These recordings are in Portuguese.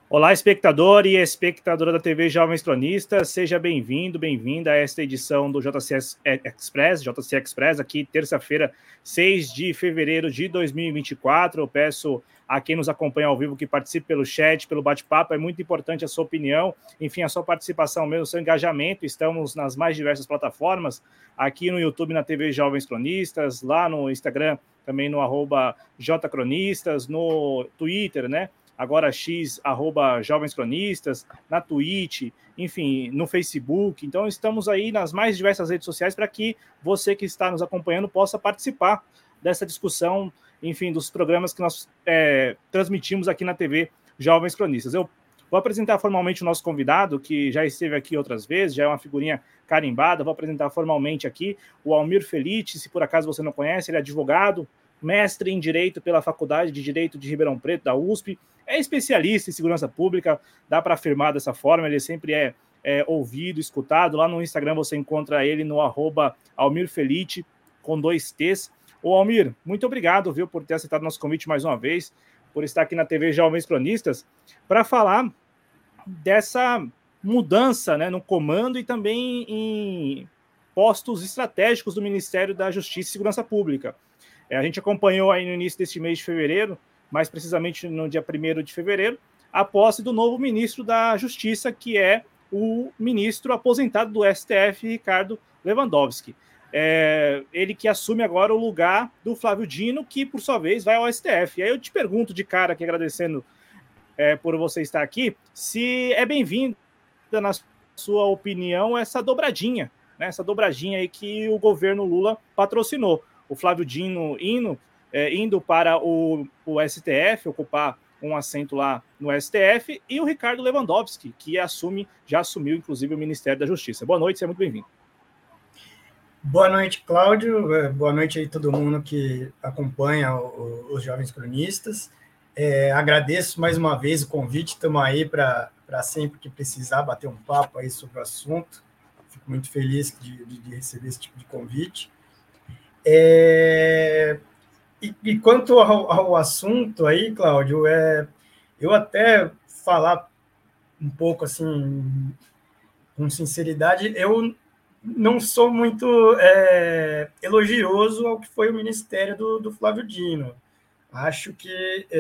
Olá, espectador e espectadora da TV Jovens Cronistas, seja bem-vindo, bem-vinda a esta edição do JC Express, aqui terça-feira, 6 de fevereiro de 2024. Eu peço a quem nos acompanha ao vivo que participe pelo chat, pelo bate-papo, é muito importante a sua opinião, enfim, a sua participação mesmo, o seu engajamento. Estamos nas mais diversas plataformas, aqui no YouTube, na TV Jovens Cronistas, lá no Instagram, também no @jcronistas, no Twitter, né? Agora X, @Jovens Cronistas, na Twitch, enfim, no Facebook. Então, estamos aí nas mais diversas redes sociais para que você que está nos acompanhando possa participar dessa discussão, enfim, dos programas que nós transmitimos aqui na TV Jovens Cronistas. Eu vou apresentar formalmente o nosso convidado, que já esteve aqui outras vezes, já é uma figurinha carimbada. Vou apresentar formalmente aqui o Almir Felitti. Se por acaso você não conhece, ele é advogado, mestre em Direito pela Faculdade de Direito de Ribeirão Preto, da USP, é especialista em segurança pública, dá para afirmar dessa forma, ele sempre é ouvido, escutado. Lá no Instagram você encontra ele no @AlmirFelite, com 2 T's. Ô Almir, muito obrigado, viu, por ter aceitado nosso convite mais uma vez, por estar aqui na TV Jovens Cronistas, para falar dessa mudança, né, no comando e também em postos estratégicos do Ministério da Justiça e Segurança Pública. A gente acompanhou aí no início deste mês de fevereiro, mais precisamente no dia 1º de fevereiro, a posse do novo ministro da Justiça, que é o ministro aposentado do STF, Ricardo Lewandowski. Ele que assume agora o lugar do Flávio Dino, que, por sua vez, vai ao STF. E aí eu te pergunto de cara, aqui agradecendo por você estar aqui, se é bem-vinda, na sua opinião, essa dobradinha, né? Essa dobradinha aí que o governo Lula patrocinou. O Flávio Dino indo para o STF, ocupar um assento lá no STF, e o Ricardo Lewandowski, que já assumiu, inclusive, o Ministério da Justiça. Boa noite, seja muito bem-vindo. Boa noite, Cláudio. Boa noite aí todo mundo que acompanha os Jovens Cronistas. Agradeço mais uma vez o convite, estamos aí para sempre que precisar bater um papo aí sobre o assunto. Fico muito feliz de receber esse tipo de convite. E quanto ao assunto aí, Cláudio, eu até falar um pouco assim, com sinceridade, eu não sou muito elogioso ao que foi o ministério do Flávio Dino. Acho que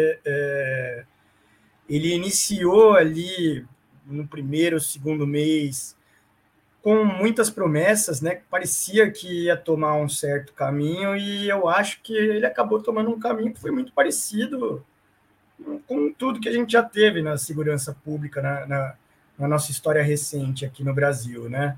ele iniciou ali no primeiro, segundo mês com muitas promessas, né? Parecia que ia tomar um certo caminho, e eu acho que ele acabou tomando um caminho que foi muito parecido com tudo que a gente já teve na segurança pública na nossa história recente aqui no Brasil, né?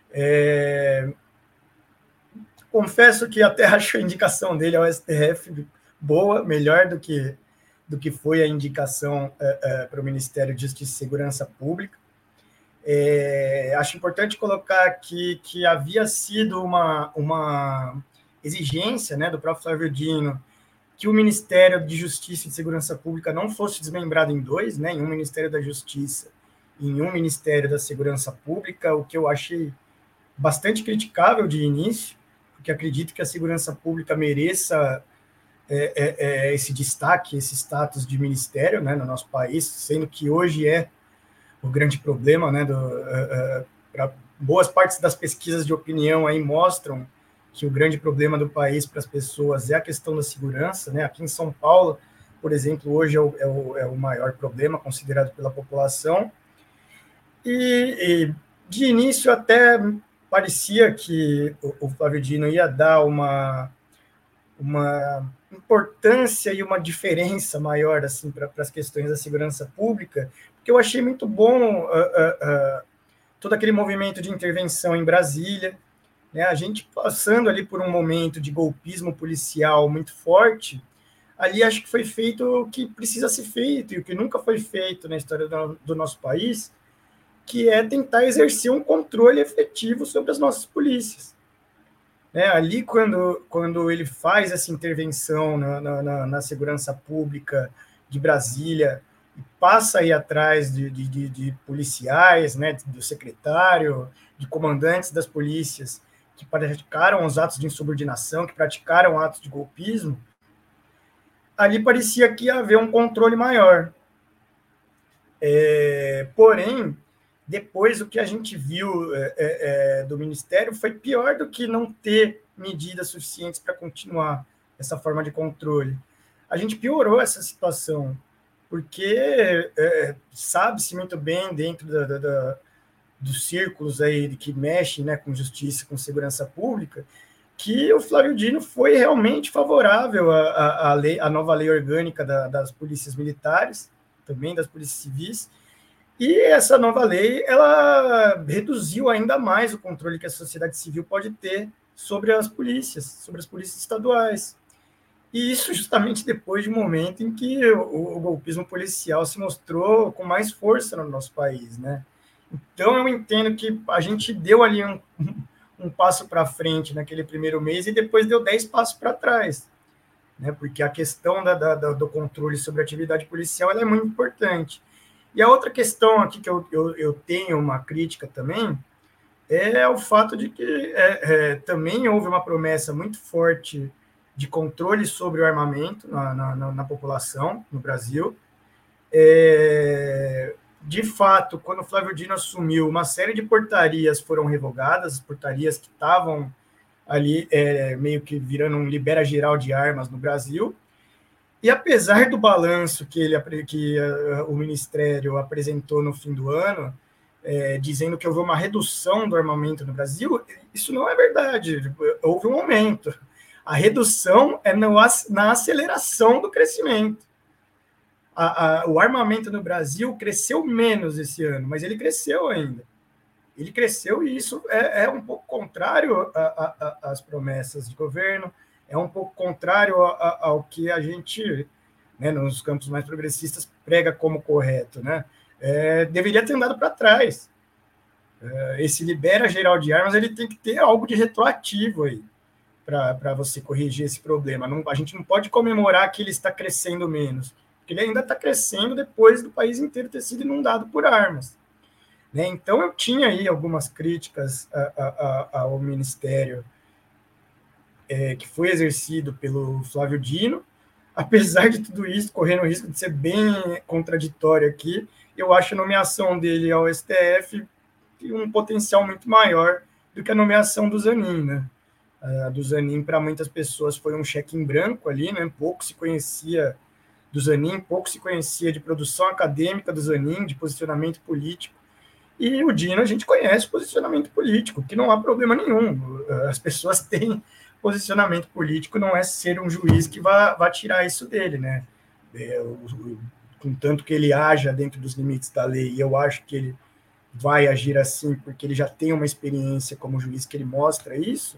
Confesso que até acho a indicação dele ao STF boa, melhor do que foi a indicação para o Ministério de Justiça e Segurança Pública. Acho importante colocar aqui que havia sido uma exigência, né, do próprio Flávio Dino, que o Ministério de Justiça e Segurança Pública não fosse desmembrado em dois, né, em um Ministério da Justiça e em um Ministério da Segurança Pública, o que eu achei bastante criticável de início, porque acredito que a segurança pública mereça esse destaque, esse status de ministério, né, no nosso país, sendo que hoje é o grande problema, né, boas partes das pesquisas de opinião aí mostram que o grande problema do país para as pessoas é a questão da segurança, né? Aqui em São Paulo, por exemplo, hoje é o maior problema considerado pela população. E de início até parecia que o Flávio Dino ia dar uma importância e uma diferença maior assim, para as questões da segurança pública, porque eu achei muito bom todo aquele movimento de intervenção em Brasília, né? A gente passando ali por um momento de golpismo policial muito forte, ali acho que foi feito o que precisa ser feito e o que nunca foi feito na história do nosso país, que é tentar exercer um controle efetivo sobre as nossas polícias. Ali, quando ele faz essa intervenção na segurança pública de Brasília, e passa aí atrás de policiais, né, do secretário, de comandantes das polícias que praticaram os atos de insubordinação, que praticaram atos de golpismo, ali parecia que ia haver um controle maior. Porém, depois o que a gente viu do Ministério foi pior do que não ter medidas suficientes para continuar essa forma de controle. A gente piorou essa situação, porque sabe-se muito bem dentro dos círculos aí que mexem, né, com justiça, com segurança pública, que o Flávio Dino foi realmente favorável à nova lei orgânica das polícias militares, também das polícias civis, e essa nova lei ela reduziu ainda mais o controle que a sociedade civil pode ter sobre as polícias estaduais. E isso justamente depois de um momento em que o golpismo policial se mostrou com mais força no nosso país, né? Então eu entendo que a gente deu ali um passo para frente naquele primeiro mês e depois deu 10 passos para trás, né? Porque a questão do controle sobre a atividade policial ela é muito importante. E a outra questão aqui que eu tenho uma crítica também é o fato de que também houve uma promessa muito forte de controle sobre o armamento na população no Brasil. De fato, quando o Flávio Dino assumiu, uma série de portarias foram revogadas, portarias que estavam ali meio que virando um libera geral de armas no Brasil. E apesar do balanço que o Ministério apresentou no fim do ano, dizendo que houve uma redução do armamento no Brasil, isso não é verdade. Houve um aumento. A redução é na aceleração do crescimento. O armamento no Brasil cresceu menos esse ano, mas ele cresceu ainda. Ele cresceu e isso é um pouco contrário às promessas de governo, é um pouco contrário ao que a gente, né, nos campos mais progressistas, prega como correto, né? Deveria ter andado para trás. Esse libera geral de armas ele tem que ter algo de retroativo aí para você corrigir esse problema. A gente não pode comemorar que ele está crescendo menos, porque ele ainda está crescendo depois do país inteiro ter sido inundado por armas. Né? Então, eu tinha aí algumas críticas ao Ministério que foi exercido pelo Flávio Dino. Apesar de tudo isso, correndo o risco de ser bem contraditório aqui, eu acho a nomeação dele ao STF um potencial muito maior do que a nomeação do Zanin, né? Do Zanin, para muitas pessoas, foi um cheque em branco ali, né? Pouco se conhecia do Zanin, pouco se conhecia de produção acadêmica do Zanin, de posicionamento político. E o Dino, a gente conhece o posicionamento político, que não há problema nenhum. As pessoas têm posicionamento político, não é ser um juiz que vai tirar isso dele, né? Contanto que ele haja dentro dos limites da lei, e eu acho que ele vai agir assim, porque ele já tem uma experiência como juiz que ele mostra isso,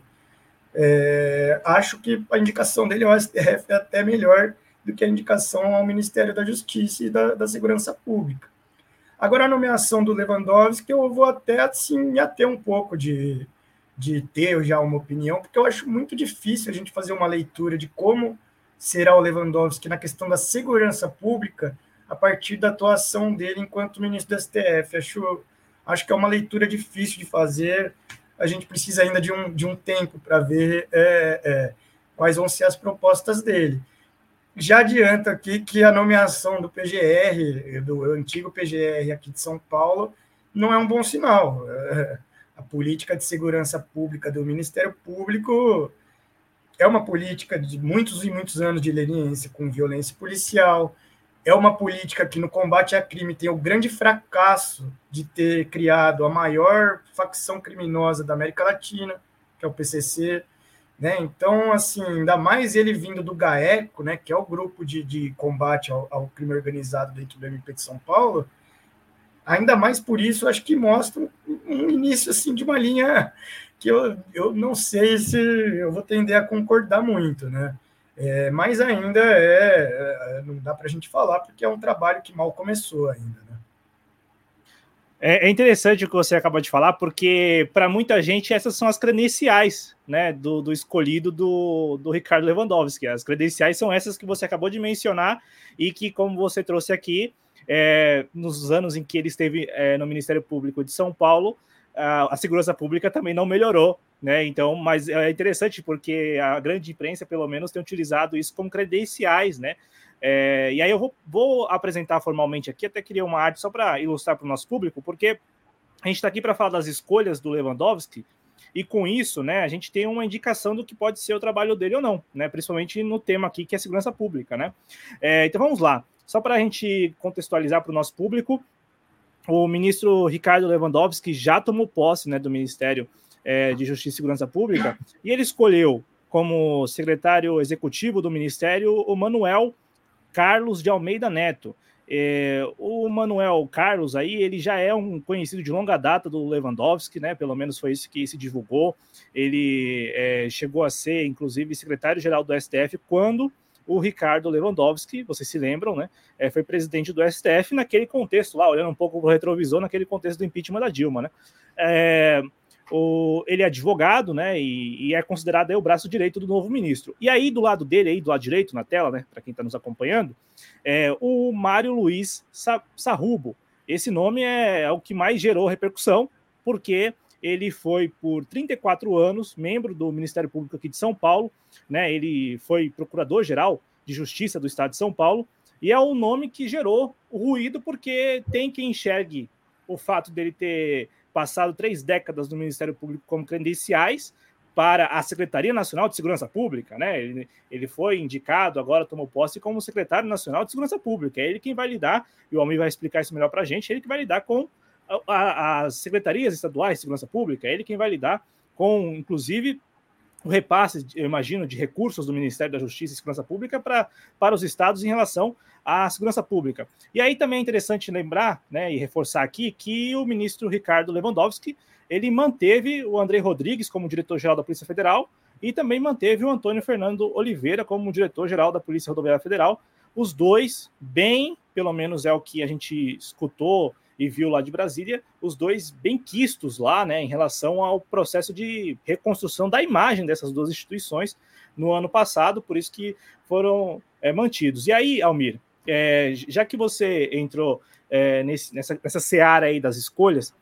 acho que a indicação dele ao STF é até melhor do que a indicação ao Ministério da Justiça e da Segurança Pública. Agora, a nomeação do Lewandowski, eu vou até assim, me ater um pouco de ter já uma opinião, porque eu acho muito difícil a gente fazer uma leitura de como será o Lewandowski na questão da segurança pública a partir da atuação dele enquanto ministro do STF. Acho que é uma leitura difícil de fazer. A gente precisa ainda de um tempo para ver quais vão ser as propostas dele. Já adianto aqui que a nomeação do PGR, do antigo PGR aqui de São Paulo, não é um bom sinal. A política de segurança pública do Ministério Público é uma política de muitos e muitos anos de leniência com violência policial, é uma política que no combate a crime tem o grande fracasso de ter criado a maior facção criminosa da América Latina, que é o PCC, né? Então, assim, ainda mais ele vindo do GAECO, né, que é o grupo de combate ao crime organizado dentro do MP de São Paulo, ainda mais por isso, acho que mostra um início assim, de uma linha que eu não sei se eu vou tender a concordar muito, né? Mas ainda não dá para a gente falar, porque é um trabalho que mal começou ainda, né? É interessante o que você acabou de falar, porque para muita gente essas são as credenciais, né, do escolhido do Ricardo Lewandowski. As credenciais são essas que você acabou de mencionar e que, como você trouxe aqui, nos anos em que ele esteve no Ministério Público de São Paulo, a segurança pública também não melhorou, né? Então, mas é interessante porque a grande imprensa, pelo menos, tem utilizado isso como credenciais, né? E aí eu vou apresentar formalmente aqui, até queria uma arte só para ilustrar para o nosso público, porque a gente está aqui para falar das escolhas do Lewandowski, e com isso, né, a gente tem uma indicação do que pode ser o trabalho dele ou não, né, principalmente no tema aqui que é segurança pública, né. Então vamos lá, só para a gente contextualizar para o nosso público, o ministro Ricardo Lewandowski já tomou posse, né, do Ministério de Justiça e Segurança Pública, e ele escolheu como secretário executivo do Ministério o Manuel Carlos de Almeida Neto. O Manuel Carlos aí, ele já é um conhecido de longa data do Lewandowski, né? Pelo menos foi isso que se divulgou. Ele chegou a ser, inclusive, secretário-geral do STF quando o Ricardo Lewandowski, vocês se lembram, né? Foi presidente do STF naquele contexto lá, olhando um pouco para o retrovisor, naquele contexto do impeachment da Dilma, né? Ele é advogado, né, e é considerado aí o braço direito do novo ministro. E aí, do lado dele, aí, do lado direito, na tela, né, para quem está nos acompanhando, o Mário Luiz Sarrubo. Esse nome é o que mais gerou repercussão, porque ele foi, por 34 anos, membro do Ministério Público aqui de São Paulo, né, ele foi procurador-geral de Justiça do Estado de São Paulo, e é um nome que gerou o ruído, porque tem quem enxergue o fato dele ter passado 3 décadas no Ministério Público como credenciais para a Secretaria Nacional de Segurança Pública, né? Ele foi indicado, agora tomou posse como secretário nacional de Segurança Pública. É ele quem vai lidar, e o Almir vai explicar isso melhor para a gente, é ele que vai lidar com as secretarias estaduais de segurança pública, é ele quem vai lidar com, inclusive, o repasse, eu imagino, de recursos do Ministério da Justiça e Segurança Pública para os estados em relação à segurança pública. E aí também é interessante lembrar, né, e reforçar aqui, que o ministro Ricardo Lewandowski, ele manteve o André Rodrigues como diretor-geral da Polícia Federal e também manteve o Antônio Fernando Oliveira como diretor-geral da Polícia Rodoviária Federal. Os dois, bem, pelo menos é o que a gente escutou e viu lá de Brasília, os dois bem quistos lá, né, em relação ao processo de reconstrução da imagem dessas duas instituições no ano passado, por isso que foram mantidos. E aí, Almir, já que você entrou nessa seara aí das escolhas,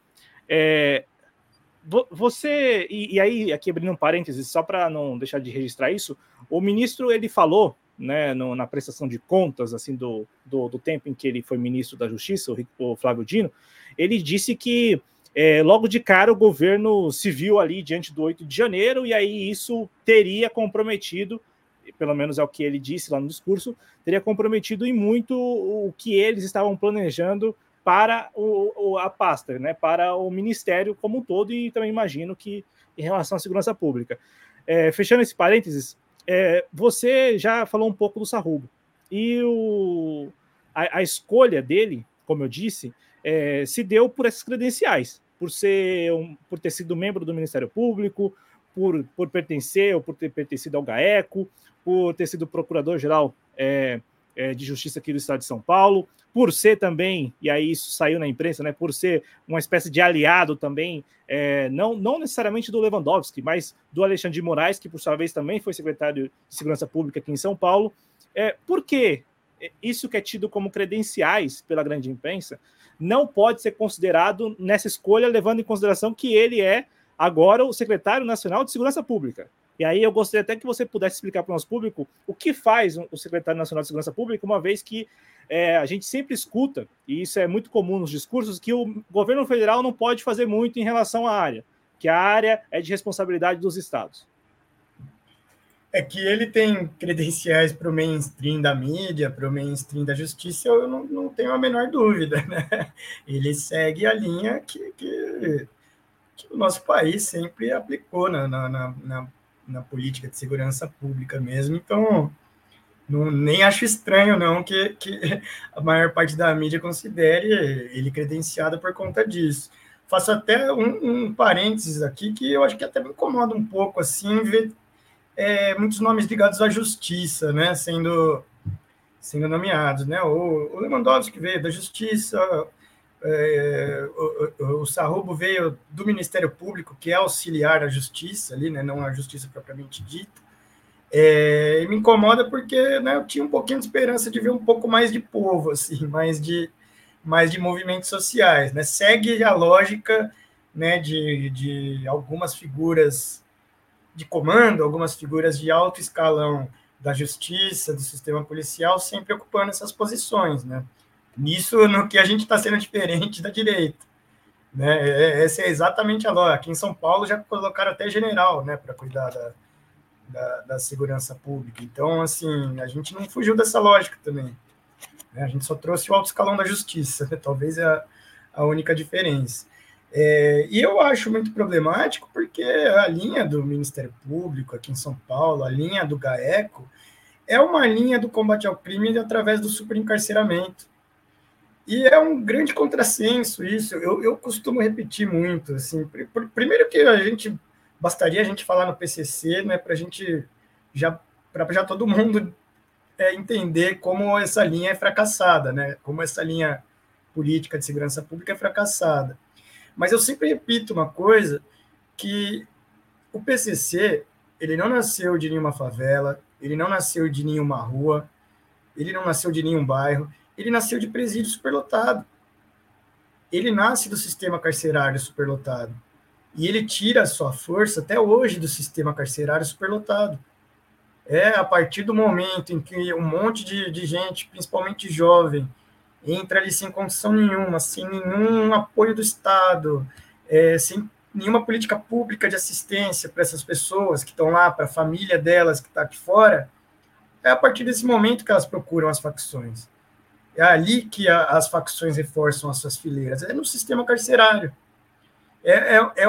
você, e aí, aqui abrindo um parênteses, só para não deixar de registrar isso, o ministro, ele falou, né, na prestação de contas, assim, do tempo em que ele foi ministro da Justiça, o Flávio Dino, ele disse que logo de cara o governo se viu ali diante do 8 de janeiro, e aí isso teria comprometido, pelo menos é o que ele disse lá no discurso, teria comprometido em muito o que eles estavam planejando para a pasta, né, para o ministério como um todo, e também imagino que em relação à segurança pública. Fechando esse parênteses, você já falou um pouco do Sarrubo, e a escolha dele, como eu disse, se deu por essas credenciais, por ter sido membro do Ministério Público, por pertencer ou por ter pertencido ao GAECO, por ter sido procurador-geral de Justiça aqui do Estado de São Paulo, por ser também, e aí isso saiu na imprensa, né, por ser uma espécie de aliado também, não necessariamente do Lewandowski, mas do Alexandre de Moraes, que por sua vez também foi secretário de Segurança Pública aqui em São Paulo. Por que isso que é tido como credenciais pela grande imprensa não pode ser considerado nessa escolha, levando em consideração que ele é agora o secretário nacional de Segurança Pública? E aí eu gostaria até que você pudesse explicar para o nosso público o que faz o secretário nacional de Segurança Pública, uma vez que a gente sempre escuta, e isso é muito comum nos discursos, que o governo federal não pode fazer muito em relação à área, que a área é de responsabilidade dos estados. É que ele tem credenciais para o mainstream da mídia, para o mainstream da justiça, eu não tenho a menor dúvida, né? Ele segue a linha que o nosso país sempre aplicou na política de segurança pública mesmo, então nem acho estranho não que a maior parte da mídia considere ele credenciado por conta disso. Faço até um parênteses aqui, que eu acho que até me incomoda um pouco, assim, ver muitos nomes ligados à justiça, né, sendo nomeados, né? O Lewandowski veio da justiça, o Sarrubo veio do Ministério Público, que é auxiliar à justiça, ali, né, não a justiça propriamente dita. E me incomoda porque, né, eu tinha um pouquinho de esperança de ver um pouco mais de povo, assim, mais de movimentos sociais, né? Segue a lógica, né, de algumas figuras de comando, algumas figuras de alto escalão da justiça, do sistema policial, sempre ocupando essas posições, né? Nisso, no que a gente está sendo diferente da direita, né? Essa é exatamente a lógica. Aqui em São Paulo já colocaram até general, né, para cuidar da segurança pública. Então, assim, a gente não fugiu dessa lógica também, né? A gente só trouxe o alto escalão da justiça, né? Talvez é a única diferença. E eu acho muito problemático porque a linha do Ministério Público aqui em São Paulo, a linha do GAECO, é uma linha do combate ao crime através do superencarceramento. E é um grande contrassenso isso. Eu costumo repetir muito. Assim, primeiro que bastaria a gente falar no PCC, né, para já todo mundo entender como essa linha é fracassada, né, como essa linha política de segurança pública é fracassada. Mas eu sempre repito uma coisa, que o PCC, ele não nasceu de nenhuma favela, ele não nasceu de nenhuma rua, ele não nasceu de nenhum bairro, ele nasceu de presídio superlotado. Ele nasce do sistema carcerário superlotado. E ele tira a sua força até hoje do sistema carcerário superlotado. É a partir do momento em que um monte de gente, principalmente jovem, entra ali sem condição nenhuma, sem nenhum apoio do Estado, sem nenhuma política pública de assistência para essas pessoas que estão lá, para a família delas que está aqui fora, é a partir desse momento que elas procuram as facções. É ali que as facções reforçam as suas fileiras, é no sistema carcerário. É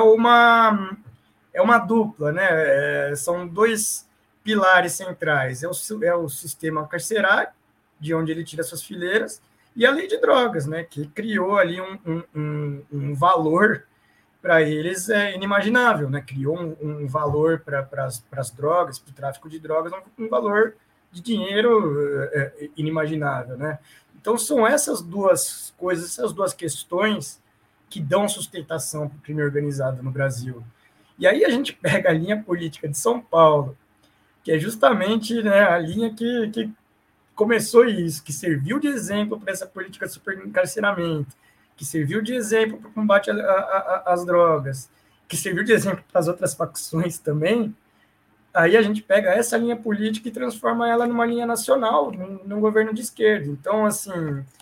uma dupla, né? São dois pilares centrais. É o sistema carcerário, de onde ele tira suas fileiras, e a lei de drogas, né? Que criou ali um valor para eles inimaginável, né? Criou um valor para as drogas, para o tráfico de drogas, um valor de dinheiro inimaginável, né? Então, são essas duas coisas, essas duas questões que dão sustentação para o crime organizado no Brasil. E aí a gente pega a linha política de São Paulo, que é justamente, né, a linha que começou isso, que serviu de exemplo para essa política de superencarceramento, que serviu de exemplo para o combate às drogas, que serviu de exemplo para as outras facções também. Aí a gente pega essa linha política e transforma ela numa linha nacional, num governo de esquerda. Então, assim,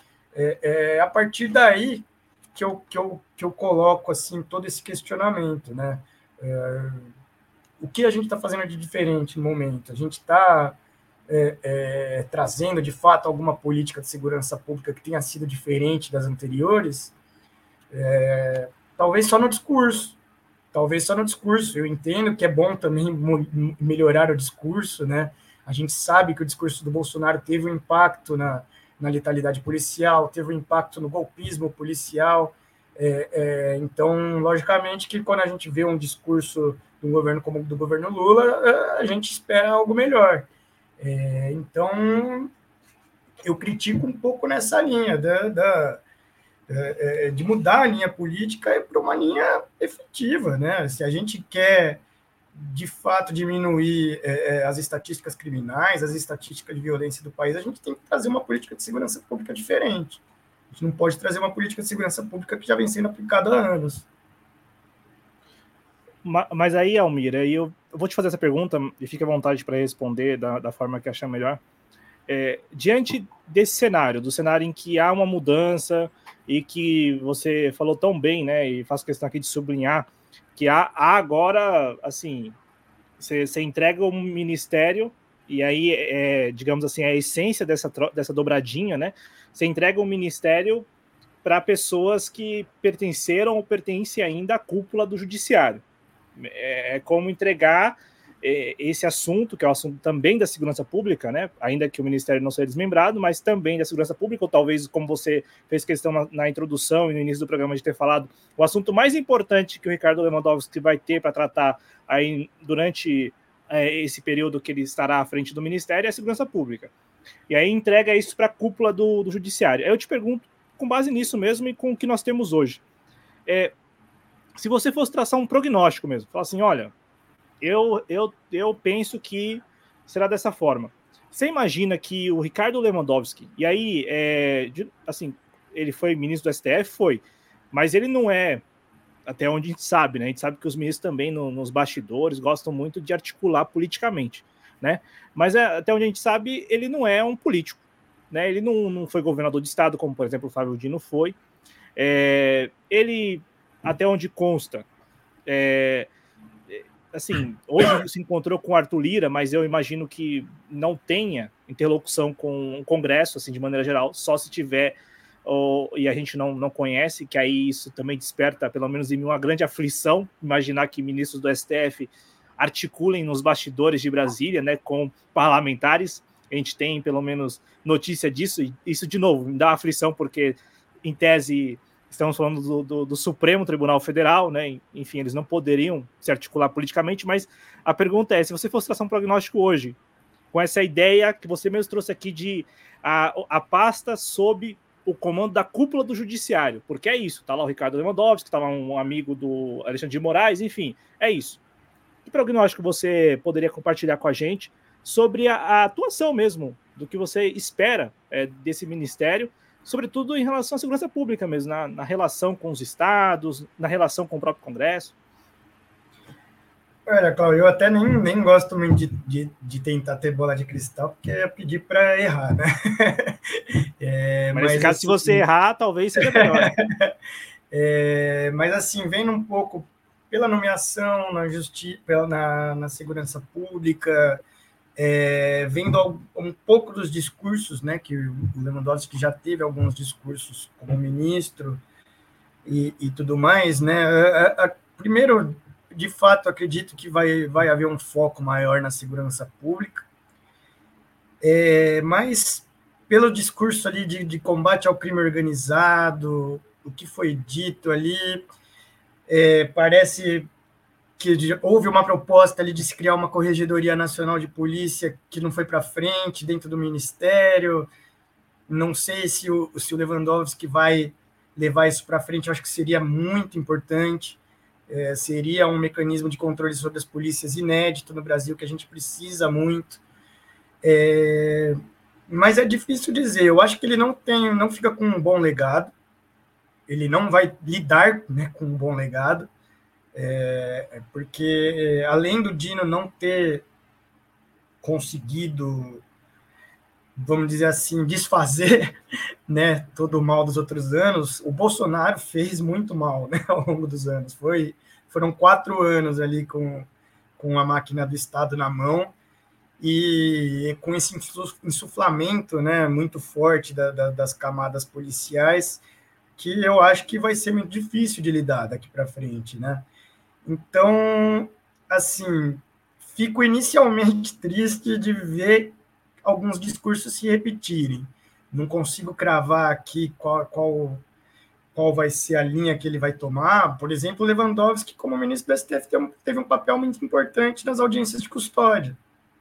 a partir daí que eu coloco assim todo esse questionamento, né? O que a gente está fazendo de diferente no momento? A gente está trazendo, de fato, alguma política de segurança pública que tenha sido diferente das anteriores? Talvez só no discurso. Eu entendo que é bom também melhorar o discurso, né? A gente sabe que o discurso do Bolsonaro teve um impacto na letalidade policial, teve um impacto no golpismo policial. Então, logicamente, que quando a gente vê um discurso de um governo como o do governo Lula, a gente espera algo melhor. Então, eu critico um pouco nessa linha de mudar a linha política para uma linha efetiva, né? Se a gente quer, de fato, diminuir as estatísticas criminais, as estatísticas de violência do país, a gente tem que trazer uma política de segurança pública diferente. A gente não pode trazer uma política de segurança pública que já vem sendo aplicada há anos. Mas aí, Almira, eu vou te fazer essa pergunta e fique à vontade para responder da forma que achar melhor. Diante desse cenário, do cenário em que há uma mudança e que você falou tão bem, né, e faço questão aqui de sublinhar, que há agora, assim, você entrega um ministério, e aí, digamos assim, a essência dessa dobradinha, né, você entrega um ministério para pessoas que pertenceram ou pertencem ainda à cúpula do judiciário. É como entregar esse assunto, que é o assunto também da segurança pública, né? Ainda que o Ministério não seja desmembrado, mas também da segurança pública, ou talvez, como você fez questão na introdução e no início do programa de ter falado, o assunto mais importante que o Ricardo Lewandowski vai ter para tratar aí durante esse período que ele estará à frente do Ministério é a segurança pública. E aí entrega isso para a cúpula do judiciário. Aí eu te pergunto, com base nisso mesmo e com o que nós temos hoje, se você fosse traçar um prognóstico mesmo, falar assim, olha, eu penso que será dessa forma. Você imagina que o Ricardo Lewandowski, e aí, assim, ele foi ministro do STF, mas ele não é, até onde a gente sabe, né? A gente sabe que os ministros também, nos bastidores, gostam muito de articular politicamente. né? Mas até onde a gente sabe, ele não é um político, né? Ele não foi governador de estado, como, por exemplo, o Flávio Dino foi. Ele, até onde consta, assim, hoje se encontrou com o Arthur Lira, mas eu imagino que não tenha interlocução com o Congresso, assim, de maneira geral, só se tiver, e a gente não conhece, que aí isso também desperta, pelo menos em mim, uma grande aflição, imaginar que ministros do STF articulem nos bastidores de Brasília, né, com parlamentares. A gente tem, pelo menos, notícia disso, e isso, de novo, me dá uma aflição, porque, em tese, estamos falando do Supremo Tribunal Federal, né? Enfim, eles não poderiam se articular politicamente, mas a pergunta é, se você fosse traçar um prognóstico hoje, com essa ideia que você mesmo trouxe aqui de a pasta sob o comando da cúpula do judiciário, porque é isso, tá lá o Ricardo Lewandowski, tá lá um amigo do Alexandre de Moraes, enfim, é isso. Que prognóstico você poderia compartilhar com a gente sobre a atuação mesmo, do que você espera desse ministério, sobretudo em relação à segurança pública mesmo, na relação com os estados, na relação com o próprio Congresso? Olha, Cláudio, eu até nem gosto muito de tentar ter bola de cristal, porque é pedir para errar, né? Mas nesse caso, assim, se você errar, talvez seja melhor. Mas assim, vendo um pouco pela nomeação na justiça, na segurança pública, vendo um pouco dos discursos, né, que o Lewandowski já teve alguns discursos como ministro e tudo mais, né, primeiro, de fato, acredito que vai haver um foco maior na segurança pública, mas pelo discurso ali de combate ao crime organizado, o que foi dito ali, parece que houve uma proposta ali de se criar uma Corregedoria Nacional de Polícia que não foi para frente dentro do Ministério. Não sei se o Lewandowski vai levar isso para frente, eu acho que seria muito importante. Seria um mecanismo de controle sobre as polícias inédito no Brasil, que a gente precisa muito. Mas é difícil dizer. Eu acho que ele não fica com um bom legado. Ele não vai lidar, né, com um bom legado. Porque além do Dino não ter conseguido, vamos dizer assim, desfazer, né, todo o mal dos outros anos, o Bolsonaro fez muito mal, né, ao longo dos anos. Foram 4 anos ali com a máquina do Estado na mão e com esse insuflamento, né, muito forte das camadas policiais, que eu acho que vai ser muito difícil de lidar daqui para frente, né? Então, assim, fico inicialmente triste de ver alguns discursos se repetirem. Não consigo cravar aqui qual vai ser a linha que ele vai tomar. Por exemplo, o Lewandowski, como ministro do STF, teve um papel muito importante nas audiências de custódia.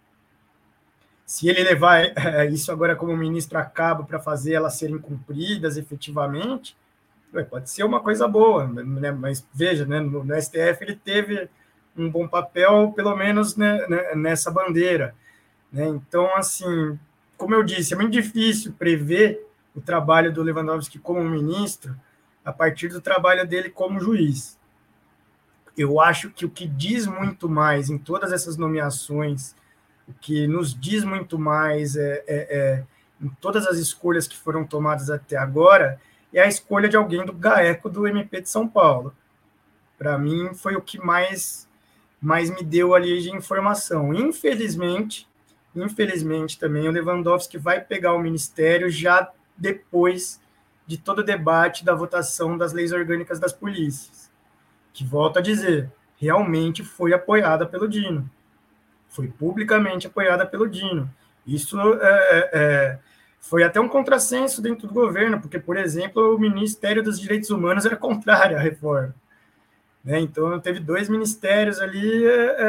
Se ele levar isso agora como ministro a cabo para fazer elas serem cumpridas efetivamente, pode ser uma coisa boa, né? Mas veja, né, no STF ele teve um bom papel, pelo menos, né, nessa bandeira, né? Então, assim, como eu disse, é muito difícil prever o trabalho do Lewandowski como ministro a partir do trabalho dele como juiz. Eu acho que o que diz muito mais em todas essas nomeações, o que nos diz muito mais em todas as escolhas que foram tomadas até agora, é a escolha de alguém do GAECO do MP de São Paulo. Para mim, foi o que mais me deu ali de informação. Infelizmente também, o Lewandowski vai pegar o ministério já depois de todo o debate da votação das leis orgânicas das polícias, que, volto a dizer, realmente foi apoiada pelo Dino. Foi publicamente apoiada pelo Dino. Isso foi até um contrassenso dentro do governo, porque, por exemplo, o Ministério dos Direitos Humanos era contrário à reforma, né? Então, teve 2 ministérios ali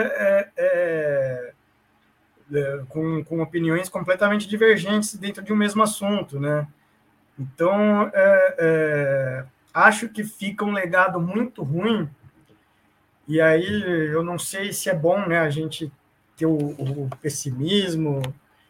com opiniões completamente divergentes dentro de um mesmo assunto, né? Então, acho que fica um legado muito ruim, e aí eu não sei se é bom, né, a gente ter o pessimismo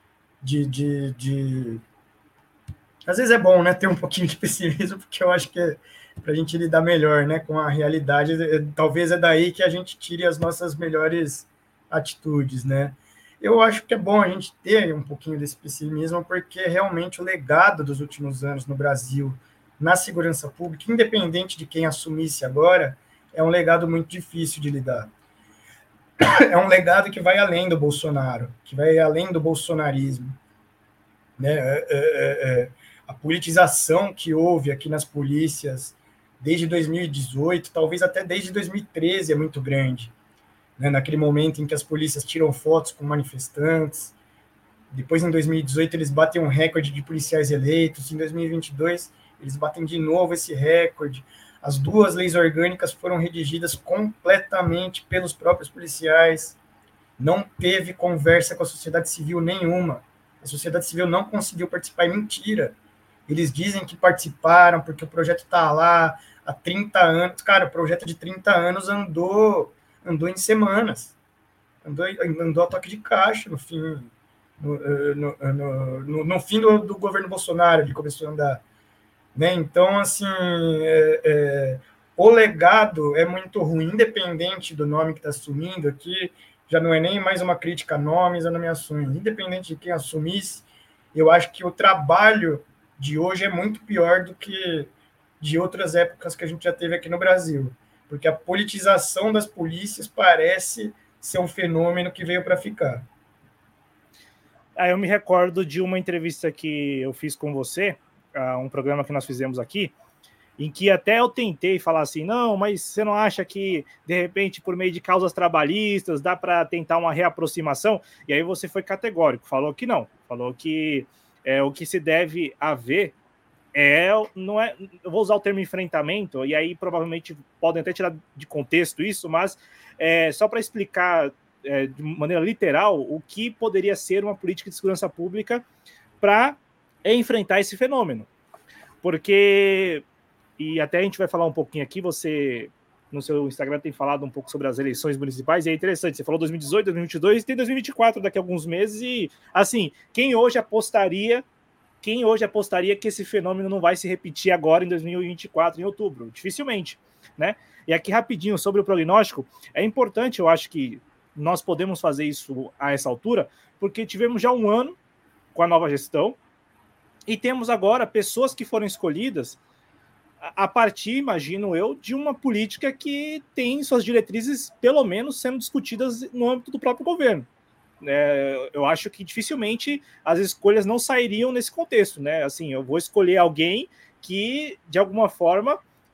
às vezes é bom, né, ter um pouquinho de pessimismo, porque eu acho que para a gente lidar melhor, né, com a realidade, talvez é daí que a gente tire as nossas melhores atitudes, né? Eu acho que é bom a gente ter um pouquinho desse pessimismo, porque realmente o legado dos últimos anos no Brasil, na segurança pública, independente de quem assumisse agora, é um legado muito difícil de lidar. É um legado que vai além do Bolsonaro, que vai além do bolsonarismo. Né? A politização que houve aqui nas polícias desde 2018, talvez até desde 2013, é muito grande. Né? Naquele momento em que as polícias tiram fotos com manifestantes, depois em 2018 eles batem um recorde de policiais eleitos, em 2022 eles batem de novo esse recorde. As 2 leis orgânicas foram redigidas completamente pelos próprios policiais, não teve conversa com a sociedade civil nenhuma. A sociedade civil não conseguiu participar, é mentira. Eles dizem que participaram porque o projeto está lá há 30 anos. Cara, o projeto de 30 anos andou em semanas. Andou a toque de caixa no fim. No fim do governo Bolsonaro, ele começou a andar. Né? Então, assim, o legado é muito ruim, independente do nome que está assumindo aqui, já não é nem mais uma crítica a nomes, a nomeações. Independente de quem assumisse, eu acho que o trabalho de hoje é muito pior do que de outras épocas que a gente já teve aqui no Brasil, porque a politização das polícias parece ser um fenômeno que veio para ficar. Eu me recordo de uma entrevista que eu fiz com você, um programa que nós fizemos aqui, em que até eu tentei falar assim, não, mas você não acha que, de repente, por meio de causas trabalhistas, dá para tentar uma reaproximação? E aí você foi categórico, falou que não, falou que o que se deve haver não é, eu vou usar o termo enfrentamento, e aí provavelmente podem até tirar de contexto isso, mas só para explicar de maneira literal o que poderia ser uma política de segurança pública para enfrentar esse fenômeno. Porque, e até a gente vai falar um pouquinho aqui, você no seu Instagram tem falado um pouco sobre as eleições municipais, e é interessante, você falou 2018, 2022, e tem 2024 daqui a alguns meses, e assim, quem hoje apostaria que esse fenômeno não vai se repetir agora em 2024, em outubro? Dificilmente, né? E aqui rapidinho sobre o prognóstico, é importante, eu acho que nós podemos fazer isso a essa altura, porque tivemos já um ano com a nova gestão, e temos agora pessoas que foram escolhidas a partir, imagino eu, de uma política que tem suas diretrizes, pelo menos, sendo discutidas no âmbito do próprio governo. Eu acho que dificilmente as escolhas não sairiam nesse contexto, né? Assim, eu vou escolher alguém que, de alguma forma,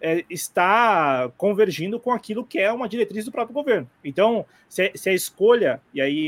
está convergindo com aquilo que é uma diretriz do próprio governo. Então, se a escolha, e aí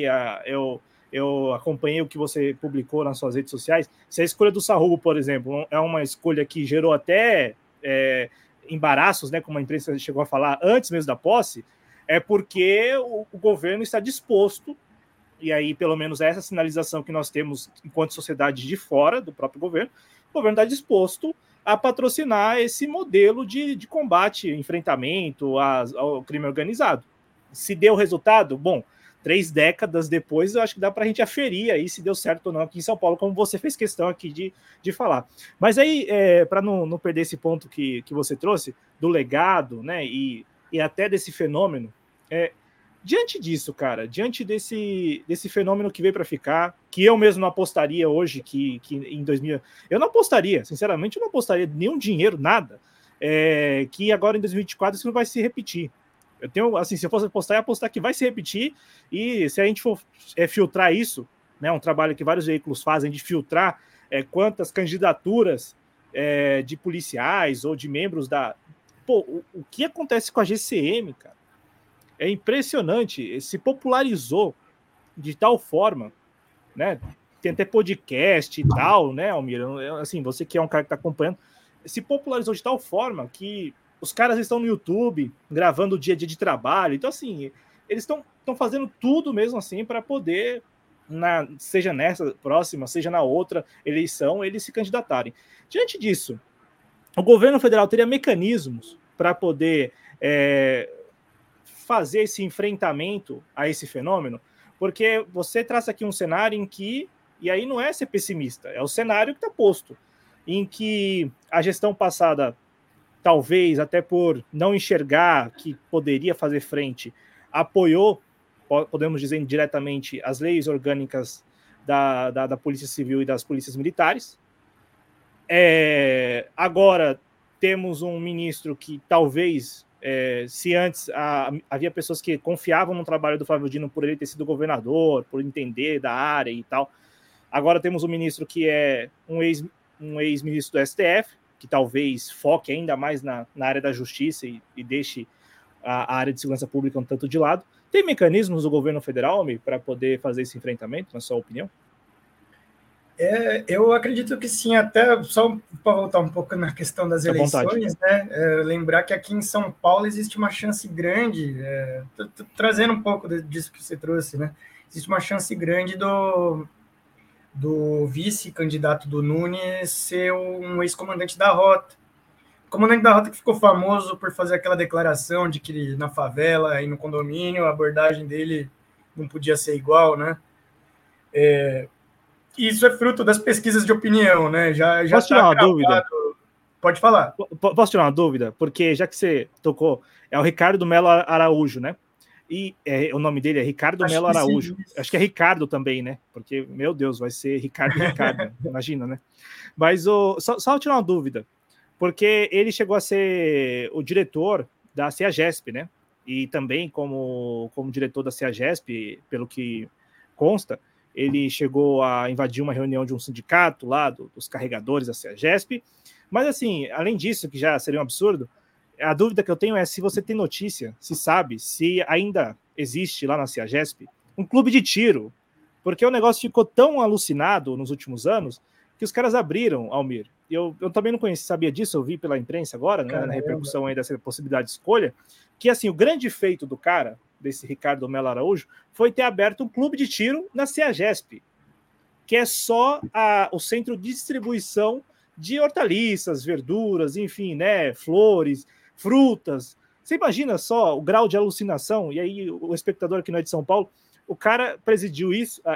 eu acompanhei o que você publicou nas suas redes sociais, se a escolha do Sarrubo, por exemplo, é uma escolha que gerou até embaraços, né, como a imprensa chegou a falar antes mesmo da posse, é porque o governo está disposto, e aí pelo menos essa sinalização que nós temos enquanto sociedade de fora do próprio governo, o governo está disposto a patrocinar esse modelo de combate, enfrentamento ao crime organizado. Se deu resultado, bom, 3 décadas depois, eu acho que dá para a gente aferir aí se deu certo ou não aqui em São Paulo, como você fez questão aqui de falar. Mas aí, para não perder esse ponto que você trouxe, do legado, né, e até desse fenômeno, diante disso, cara, diante desse fenômeno que veio para ficar, que eu mesmo não apostaria hoje, que em 2000... Eu não apostaria, sinceramente, eu não apostaria nenhum dinheiro, nada, que agora em 2024 isso não vai se repetir. Eu tenho, assim, se eu fosse apostar, ia apostar que vai se repetir, e se a gente for filtrar isso, né, um trabalho que vários veículos fazem de filtrar quantas candidaturas de policiais ou de membros da... Pô, o que acontece com a GCM, cara? É impressionante, se popularizou de tal forma, né? Tem até podcast e tal, né, Almir? Assim, você que é um cara que está acompanhando, se popularizou de tal forma que os caras estão no YouTube gravando o dia a dia de trabalho. Então, assim, eles estão fazendo tudo mesmo assim para poder, seja nessa próxima, seja na outra eleição, eles se candidatarem. Diante disso, o governo federal teria mecanismos para poder fazer esse enfrentamento a esse fenômeno, porque você traça aqui um cenário em que, e aí não é ser pessimista, é o cenário que está posto, em que a gestão passada, talvez até por não enxergar que poderia fazer frente, apoiou podemos dizer indiretamente, as leis orgânicas da Polícia Civil e das polícias militares. Agora temos um ministro que talvez, se antes havia pessoas que confiavam no trabalho do Flávio Dino por ele ter sido governador, por entender da área e tal, agora temos um ministro que é um ex-ministro do STF, que talvez foque ainda mais na área da justiça e deixe a área de segurança pública um tanto de lado. Tem mecanismos do governo federal para poder fazer esse enfrentamento, na sua opinião? Eu acredito que sim, até só para voltar um pouco na questão das eleições, né? Lembrar que aqui em São Paulo existe uma chance grande, trazendo um pouco disso que você trouxe, né? Existe uma chance grande do vice-candidato do Nunes ser um ex-comandante da Rota. O comandante da Rota que ficou famoso por fazer aquela declaração de que na favela e no condomínio a abordagem dele não podia ser igual, né? Isso é fruto das pesquisas de opinião, né? Já posso tirar uma dúvida? Pode falar. Posso tirar uma dúvida? Porque já que você tocou, é o Ricardo Melo Araújo, né? E o nome dele é Ricardo Melo Araújo. Acho que é Ricardo também, né? Porque, meu Deus, vai ser Ricardo, imagina, né? Mas só tirar uma dúvida, porque ele chegou a ser o diretor da CEAGESP, né? E também como diretor da CEAGESP, pelo que consta, ele chegou a invadir uma reunião de um sindicato lá, dos carregadores da CEAGESP. Mas, assim, além disso, que já seria um absurdo, a dúvida que eu tenho é se você tem notícia, se sabe, se ainda existe lá na CEAGESP um clube de tiro, porque o negócio ficou tão alucinado nos últimos anos que os caras abriram, Almir. Eu também não sabia disso, eu vi pela imprensa agora, né, na repercussão aí dessa possibilidade de escolha, que, assim, o grande feito do cara, desse Ricardo Melo Araújo, foi ter aberto um clube de tiro na CEAGESP, que é só o centro de distribuição de hortaliças, verduras, enfim, né, flores, frutas. Você imagina só o grau de alucinação? E aí o espectador que não é de São Paulo, o cara presidiu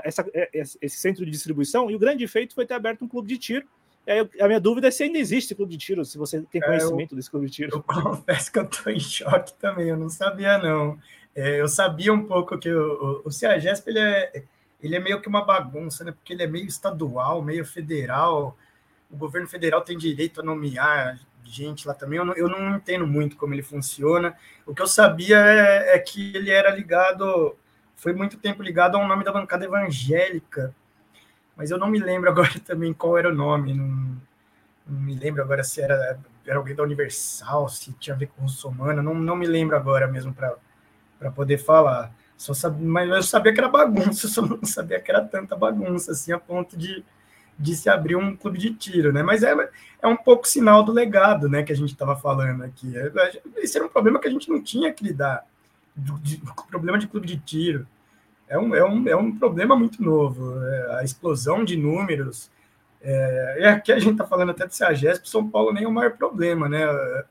esse centro de distribuição, e o grande feito foi ter aberto um clube de tiro. E aí, a minha dúvida é se ainda existe clube de tiro, se você tem conhecimento desse clube de tiro. Eu confesso que eu estou em choque também, eu não sabia, não. Eu sabia um pouco que o CEAGESP ele é meio que uma bagunça, né? Porque ele é meio estadual, meio federal. O governo federal tem direito a nomear gente lá também. Eu não entendo muito como ele funciona. O que eu sabia é que ele era ligado, foi muito tempo ligado ao nome da bancada evangélica, mas eu não me lembro agora também qual era o nome. Não me lembro agora se era alguém da Universal, se tinha a ver com o Russomano. Não me lembro agora mesmo para poder falar. Mas eu sabia que era bagunça, só não sabia que era tanta bagunça, assim, a ponto de se abrir um clube de tiro, né? Mas é um pouco sinal do legado, né, que a gente estava falando aqui. Esse era um problema que a gente não tinha que lidar, o problema de clube de tiro. É um problema muito novo, a explosão de números. E aqui a gente está falando até de CEAGESP, São Paulo nem é o maior problema, né?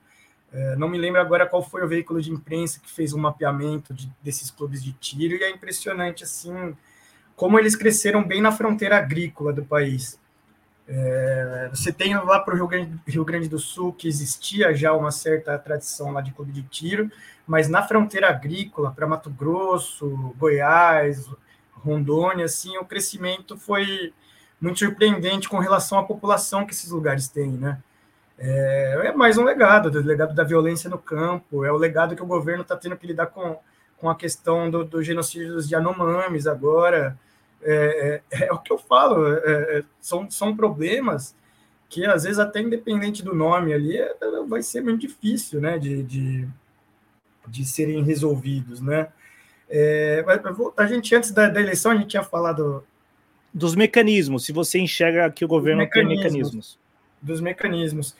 Não me lembro agora qual foi o veículo de imprensa que fez um mapeamento desses clubes de tiro, e é impressionante, assim, como eles cresceram bem na fronteira agrícola do país. Você tem lá para o Rio Grande do Sul, que existia já uma certa tradição lá de clube de tiro, mas na fronteira agrícola, para Mato Grosso, Goiás, Rondônia, assim, o crescimento foi muito surpreendente com relação à população que esses lugares têm, né? É mais um legado da violência no campo, é o legado que o governo está tendo que lidar com a questão do genocídio dos Yanomamis agora. É o que eu falo, são problemas que, às vezes, até independente do nome ali, vai ser muito difícil, né, de serem resolvidos, né? A gente, antes da eleição, a gente tinha falado dos mecanismos, se você enxerga que o governo tem mecanismos. Dos mecanismos.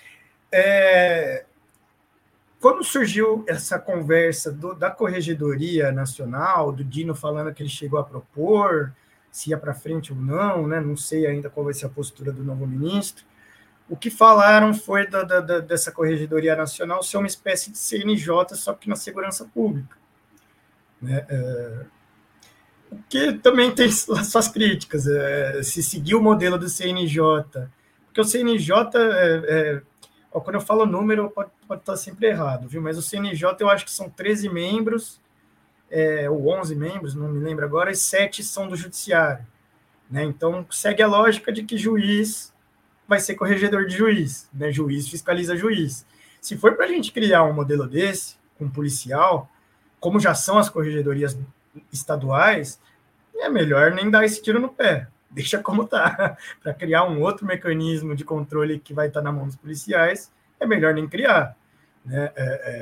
Quando surgiu essa conversa da Corregedoria Nacional, do Dino falando que ele chegou a propor, se ia para frente ou não, né? Não sei ainda qual vai ser a postura do novo ministro. O que falaram foi dessa Corregedoria Nacional ser uma espécie de CNJ, só que na segurança pública, né? O que também tem suas críticas, se seguir o modelo do CNJ, porque o CNJ, quando eu falo número, pode estar sempre errado, viu? Mas o CNJ eu acho que são 13 membros, ou 11 membros, não me lembro agora, e 7 são do judiciário. Né? Então, segue a lógica de que juiz vai ser corregedor de juiz, né? Juiz fiscaliza juiz. Se for para a gente criar um modelo desse, com um policial, como já são as corregedorias estaduais, é melhor nem dar esse tiro no pé. Deixa como está. Para criar um outro mecanismo de controle que vai estar na mão dos policiais, é melhor nem criar. Né?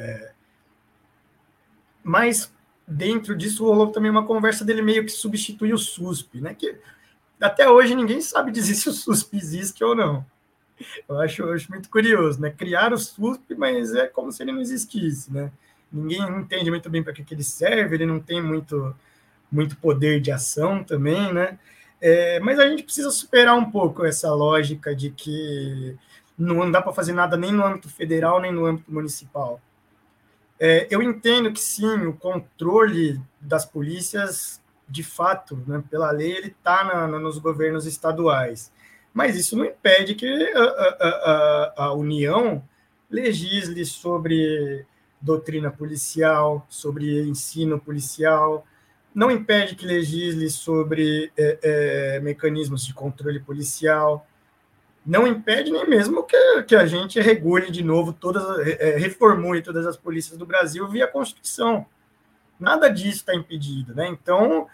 Mas, dentro disso, rolou também uma conversa dele meio que substituir o SUSP, né? Que até hoje ninguém sabe dizer se o SUSP existe ou não. Eu acho muito curioso, né? Criar o SUSP, mas é como se ele não existisse, né? Ninguém entende muito bem para que ele serve, ele não tem muito poder de ação também, né? Mas a gente precisa superar um pouco essa lógica de que não dá para fazer nada nem no âmbito federal, nem no âmbito municipal. Eu entendo que, sim, o controle das polícias, de fato, né, pela lei, ele está nos governos estaduais. Mas isso não impede que a União legisle sobre doutrina policial, sobre ensino policial, não impede que legisle sobre mecanismos de controle policial, não impede nem mesmo que a gente regule de novo, reformule todas as polícias do Brasil via Constituição. Nada disso está impedido. Né? Então,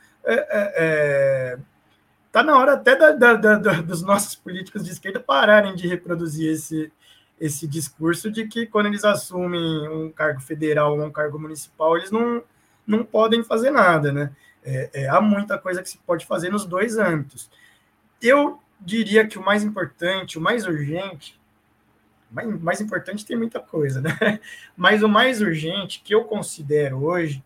está na hora até dos nossos políticos de esquerda pararem de reproduzir esse discurso de que quando eles assumem um cargo federal ou um cargo municipal, eles não podem fazer nada. Né? Há muita coisa que se pode fazer nos dois âmbitos. Eu diria que o mais importante, o mais urgente, mais importante tem muita coisa, né? Mas o mais urgente que eu considero hoje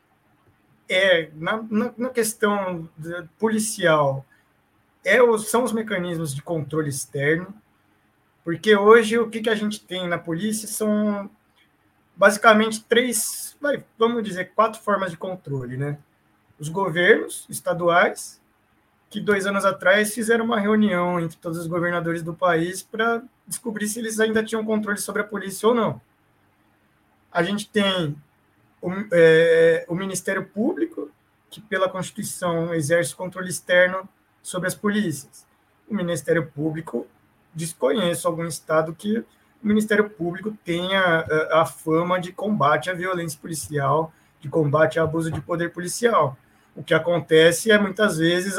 na questão policial, são os mecanismos de controle externo, porque hoje o que a gente tem na polícia são basicamente vamos dizer, 4 formas de controle, né? Os governos estaduais, que 2 anos atrás fizeram uma reunião entre todos os governadores do país para descobrir se eles ainda tinham controle sobre a polícia ou não. A gente tem o Ministério Público, que pela Constituição exerce controle externo sobre as polícias. O Ministério Público, desconheço algum estado que o Ministério Público tenha a fama de combate à violência policial, de combate ao abuso de poder policial. O que acontece é, muitas vezes,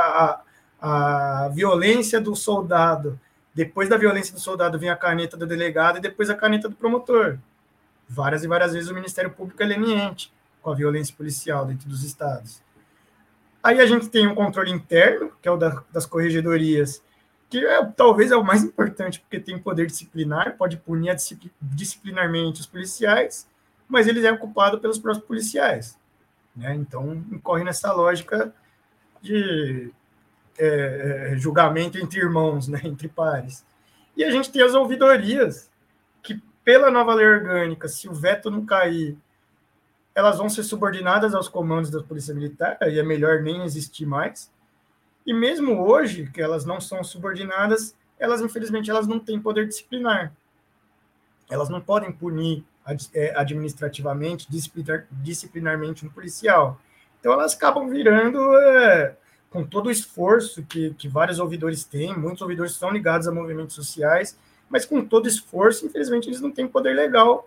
a violência do soldado. Depois da violência do soldado vem a caneta do delegado e depois a caneta do promotor. Várias e várias vezes o Ministério Público é leniente com a violência policial dentro dos estados. Aí a gente tem um controle interno, que é o das corregedorias, que talvez é o mais importante, porque tem poder disciplinar, pode punir disciplinarmente os policiais, mas ele é ocupado pelos próprios policiais. Né? Então, incorre nessa lógica de julgamento entre irmãos, né? Entre pares. E a gente tem as ouvidorias, que pela nova lei orgânica, se o veto não cair, elas vão ser subordinadas aos comandos da Polícia Militar, e é melhor nem existir mais. E mesmo hoje, que elas não são subordinadas, infelizmente, elas não têm poder disciplinar. Elas não podem punir administrativamente, disciplinarmente um policial. Então, elas acabam virando, com todo o esforço que vários ouvidores têm, muitos ouvidores são ligados a movimentos sociais, mas com todo esforço, infelizmente, eles não têm poder legal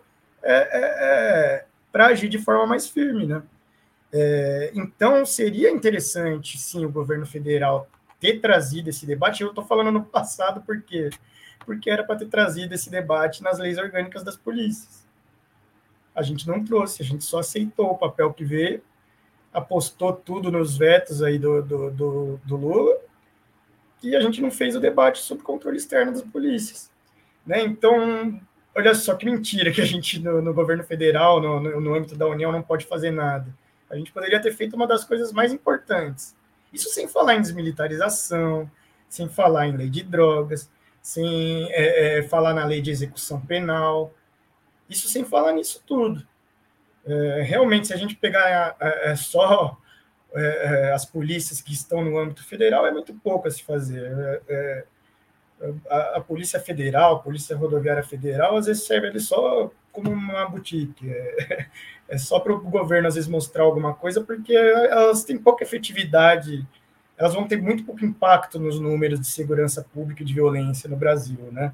para agir de forma mais firme. Né? Então, seria interessante, sim, o governo federal ter trazido esse debate. Eu estou falando no passado porque era para ter trazido esse debate nas leis orgânicas das polícias. A gente não trouxe, a gente só aceitou o papel que veio, apostou tudo nos vetos aí do Lula, e a gente não fez o debate sobre controle externo das polícias. Né? Então, olha só que mentira que a gente, no governo federal, no âmbito da União, não pode fazer nada. A gente poderia ter feito uma das coisas mais importantes. Isso sem falar em desmilitarização, sem falar em lei de drogas, sem falar na lei de execução penal, isso sem falar nisso tudo. Realmente, se a gente pegar só as polícias que estão no âmbito federal, é muito pouco a se fazer. A Polícia Federal, a Polícia Rodoviária Federal, às vezes serve ali só como uma boutique. É só para o governo, às vezes, mostrar alguma coisa, porque elas têm pouca efetividade, elas vão ter muito pouco impacto nos números de segurança pública e de violência no Brasil, né?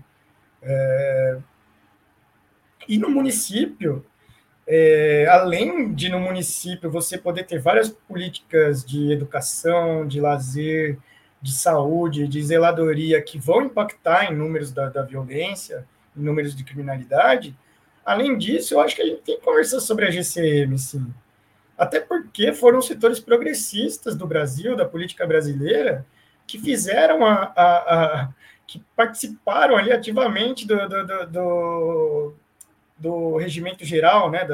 E no município, além de no município você poder ter várias políticas de educação, de lazer, de saúde, de zeladoria que vão impactar em números da violência, em números de criminalidade, além disso, eu acho que a gente tem que conversar sobre a GCM, sim. Até porque foram os setores progressistas do Brasil, da política brasileira, que fizeram que participaram ali ativamente do regimento geral, né,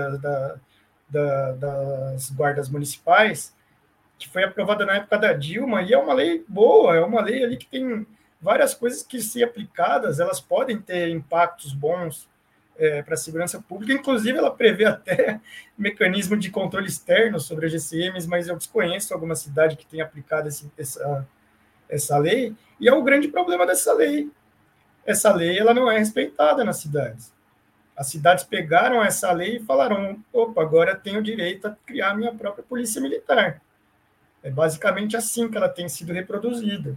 das guardas municipais, que foi aprovada na época da Dilma, e é uma lei boa, é uma lei ali que tem várias coisas que, se aplicadas, elas podem ter impactos bons para a segurança pública. Inclusive, ela prevê até mecanismo de controle externo sobre as GCMs, mas eu desconheço alguma cidade que tenha aplicado essa lei, e é o grande problema dessa lei. Essa lei ela não é respeitada nas cidades. As cidades pegaram essa lei e falaram: opa, agora eu tenho o direito a criar a minha própria polícia militar. É basicamente assim que ela tem sido reproduzida.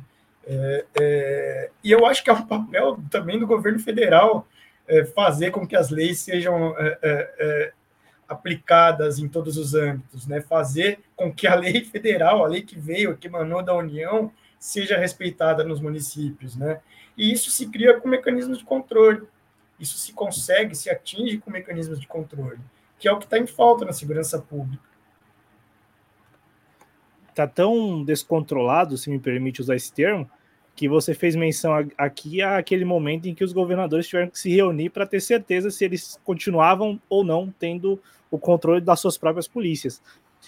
E eu acho que é um papel também do governo federal fazer com que as leis sejam aplicadas em todos os âmbitos, né? Fazer com que a lei federal, a lei que veio, que emanou da União, seja respeitada nos municípios, né? E isso se cria com mecanismos de controle. Isso se consegue, se atinge com mecanismos de controle, que é o que está em falta na segurança pública. Está tão descontrolado, se me permite usar esse termo, que você fez menção aqui àquele momento em que os governadores tiveram que se reunir para ter certeza se eles continuavam ou não tendo o controle das suas próprias polícias.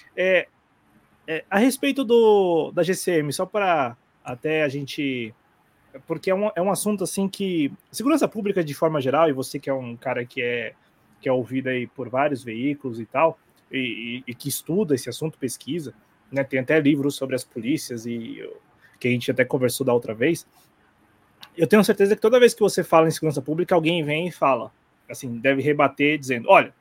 A respeito da GCM, só para até a gente... Porque é um assunto assim que... Segurança pública de forma geral, e você que é um cara que é ouvido aí por vários veículos e tal, e que estuda esse assunto, pesquisa, né, tem até livros sobre as polícias, que a gente até conversou da outra vez. Eu tenho certeza que toda vez que você fala em segurança pública, alguém vem e fala, assim, deve rebater dizendo: olha,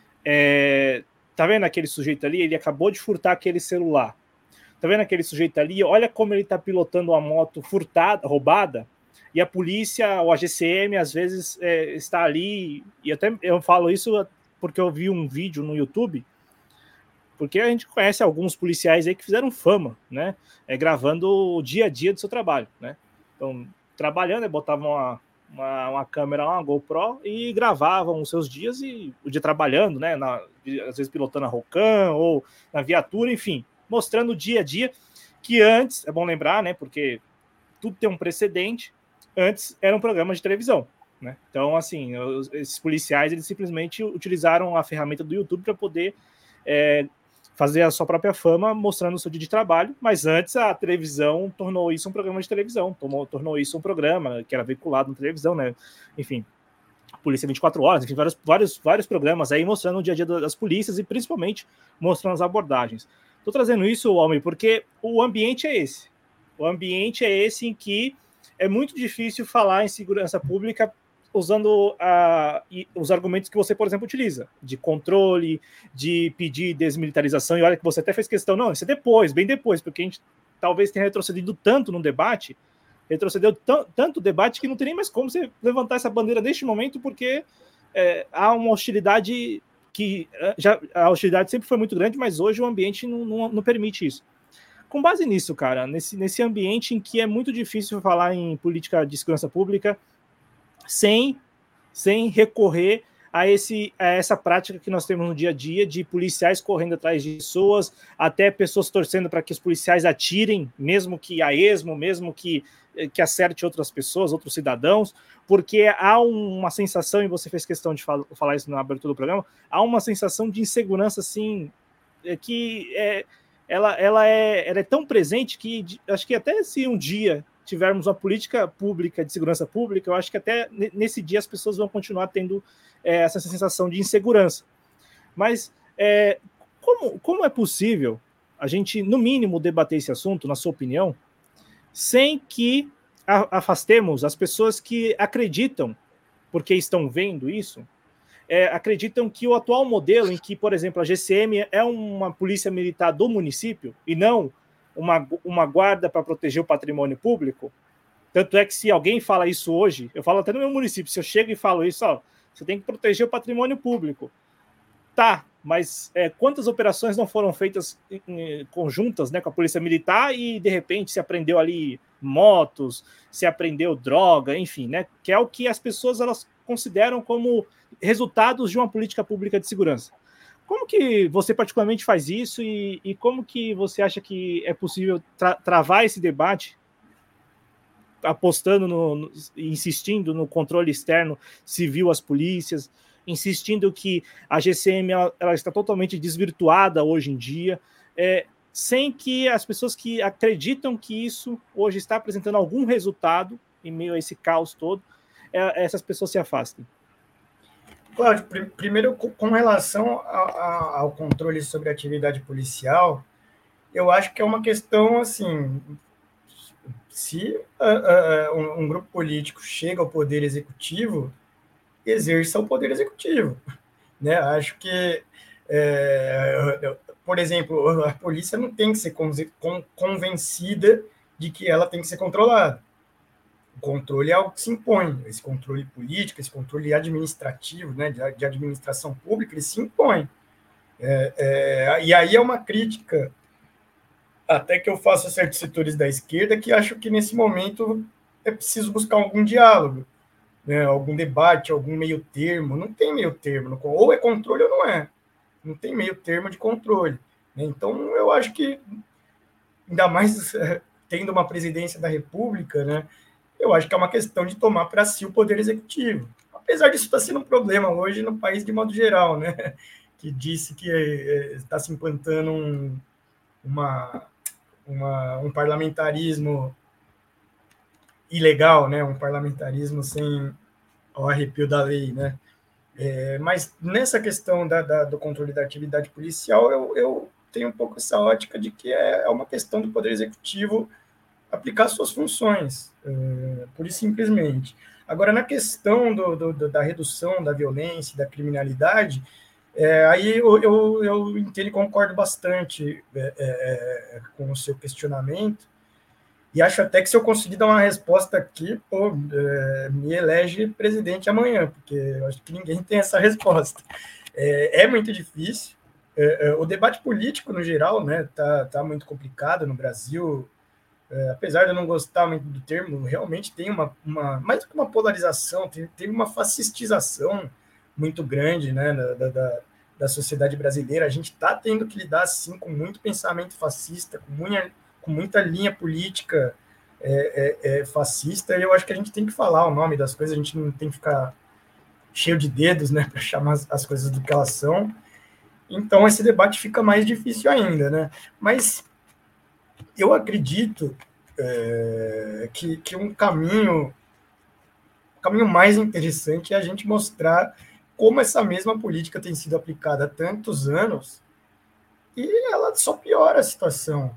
tá vendo aquele sujeito ali? Ele acabou de furtar aquele celular. Tá vendo aquele sujeito ali? Olha como ele tá pilotando uma moto furtada, roubada, e a polícia, ou a GCM, às vezes está ali, e até eu falo isso porque eu vi um vídeo no YouTube, porque a gente conhece alguns policiais aí que fizeram fama, né? Gravando o dia a dia do seu trabalho, né? Então, trabalhando, botavam uma câmera, uma GoPro, e gravavam os seus dias, e o dia trabalhando, né? Às vezes pilotando a Rocan ou na viatura, enfim, mostrando o dia a dia, que antes, é bom lembrar, né? Porque tudo tem um precedente, antes era um programa de televisão, né? Então, assim, esses policiais, eles simplesmente utilizaram a ferramenta do YouTube para poder fazer a sua própria fama mostrando o seu dia de trabalho, mas antes a televisão tornou isso um programa de televisão, tornou isso um programa que era veiculado na televisão, né? Enfim, Polícia 24 Horas, enfim, vários programas aí mostrando o dia a dia das polícias e principalmente mostrando as abordagens. Estou trazendo isso, Almir, porque o ambiente é esse. O ambiente é esse em que é muito difícil falar em segurança pública usando os argumentos que você, por exemplo, utiliza, de controle, de pedir desmilitarização, e olha que você até fez questão, não, isso é depois, bem depois, porque a gente talvez tenha retrocedido tanto no debate, retrocedeu tanto debate que não tem nem mais como você levantar essa bandeira neste momento, porque há uma hostilidade a hostilidade sempre foi muito grande, mas hoje o ambiente não permite isso. Com base nisso, cara, nesse ambiente em que é muito difícil falar em política de segurança pública sem recorrer a essa prática que nós temos no dia a dia de policiais correndo atrás de pessoas, até pessoas torcendo para que os policiais atirem, mesmo que a esmo, mesmo que acerte outras pessoas, outros cidadãos, porque há uma sensação, e você fez questão de falar isso na abertura do programa, há uma sensação de insegurança, assim, que ela é tão presente que acho que até se um dia tivermos uma política pública de segurança pública, eu acho que até nesse dia as pessoas vão continuar tendo essa sensação de insegurança. Mas como é possível a gente, no mínimo, debater esse assunto, na sua opinião, sem que afastemos as pessoas que acreditam, porque estão vendo isso, acreditam que o atual modelo, em que, por exemplo, a GCM é uma polícia militar do município e não uma guarda para proteger o patrimônio público. Tanto é que se alguém fala isso hoje, eu falo até no meu município, se eu chego e falo isso, ó, você tem que proteger o patrimônio público. Tá, mas quantas operações não foram feitas conjuntas, né, com a polícia militar e, de repente, se apreendeu ali motos, se apreendeu droga, enfim, né, que é o que as pessoas elas consideram como resultados de uma política pública de segurança. Como que você particularmente faz isso e como que você acha que é possível travar esse debate apostando insistindo no controle externo civil às polícias, insistindo que a GCM ela está totalmente desvirtuada hoje em dia, sem que as pessoas que acreditam que isso hoje está apresentando algum resultado em meio a esse caos todo, essas pessoas se afastem? Cláudio, primeiro, com relação ao controle sobre a atividade policial, eu acho que é uma questão, assim, se um grupo político chega ao poder executivo, exerça o poder executivo. Né? Acho que, por exemplo, a polícia não tem que ser convencida de que ela tem que ser controlada. O controle é algo que se impõe. Esse controle político, esse controle administrativo, né, de administração pública, ele se impõe. E aí é uma crítica, até que eu faço a certos setores da esquerda, que acho que nesse momento é preciso buscar algum diálogo, né, algum debate, algum meio termo. Não tem meio termo, ou é controle ou não é. Não tem meio termo de controle. Né? Então, eu acho que, ainda mais tendo uma presidência da República, né, eu acho que é uma questão de tomar para si o poder executivo. Apesar disso estar sendo um problema hoje no país de modo geral, né, que disse que está se implantando um parlamentarismo ilegal, né, um parlamentarismo sem o arrepio da lei, né? Mas nessa questão do controle da atividade policial, eu tenho um pouco essa ótica de que é uma questão do Poder Executivo aplicar suas funções, pura e simplesmente. Agora, na questão da redução da violência, da criminalidade, aí eu entendo e concordo bastante com o seu questionamento, e acho até que se eu conseguir dar uma resposta aqui, me elege presidente amanhã, porque eu acho que ninguém tem essa resposta. É muito difícil. O debate político, no geral, né, tá muito complicado no Brasil. Apesar de eu não gostar muito do termo, realmente tem mais do que uma polarização, tem uma fascistização muito grande, né, da sociedade brasileira. A gente está tendo que lidar, sim, com muito pensamento fascista, com muita linha política fascista, e eu acho que a gente tem que falar o nome das coisas, a gente não tem que ficar cheio de dedos, né, para chamar as coisas do que elas são. Então, esse debate fica mais difícil ainda, né? Mas eu acredito que um caminho mais interessante é a gente mostrar como essa mesma política tem sido aplicada há tantos anos e ela só piora a situação.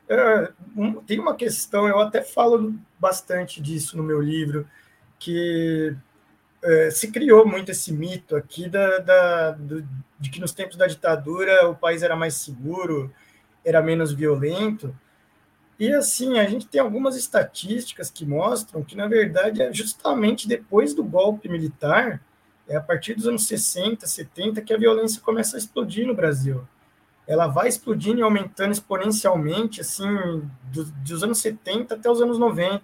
Tem uma questão, eu até falo bastante disso no meu livro, que se criou muito esse mito aqui de que nos tempos da ditadura o país era mais seguro, era menos violento. E assim, a gente tem algumas estatísticas que mostram que, na verdade, é justamente depois do golpe militar, a partir dos anos 60, 70, que a violência começa a explodir no Brasil. Ela vai explodindo e aumentando exponencialmente, assim, dos anos 70 até os anos 90.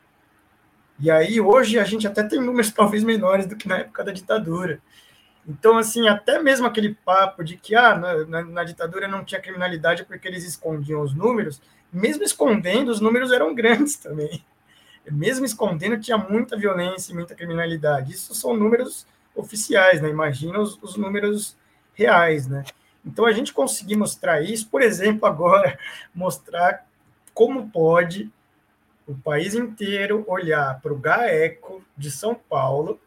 E aí, hoje, a gente até tem números talvez menores do que na época da ditadura. Então, assim, até mesmo aquele papo de que na ditadura não tinha criminalidade porque eles escondiam os números, mesmo escondendo, os números eram grandes também. Mesmo escondendo, tinha muita violência e muita criminalidade. Isso são números oficiais, né? Imagina os números reais, né? Então, a gente conseguir mostrar isso, por exemplo, agora, mostrar como pode o país inteiro olhar para o GAECO de São Paulo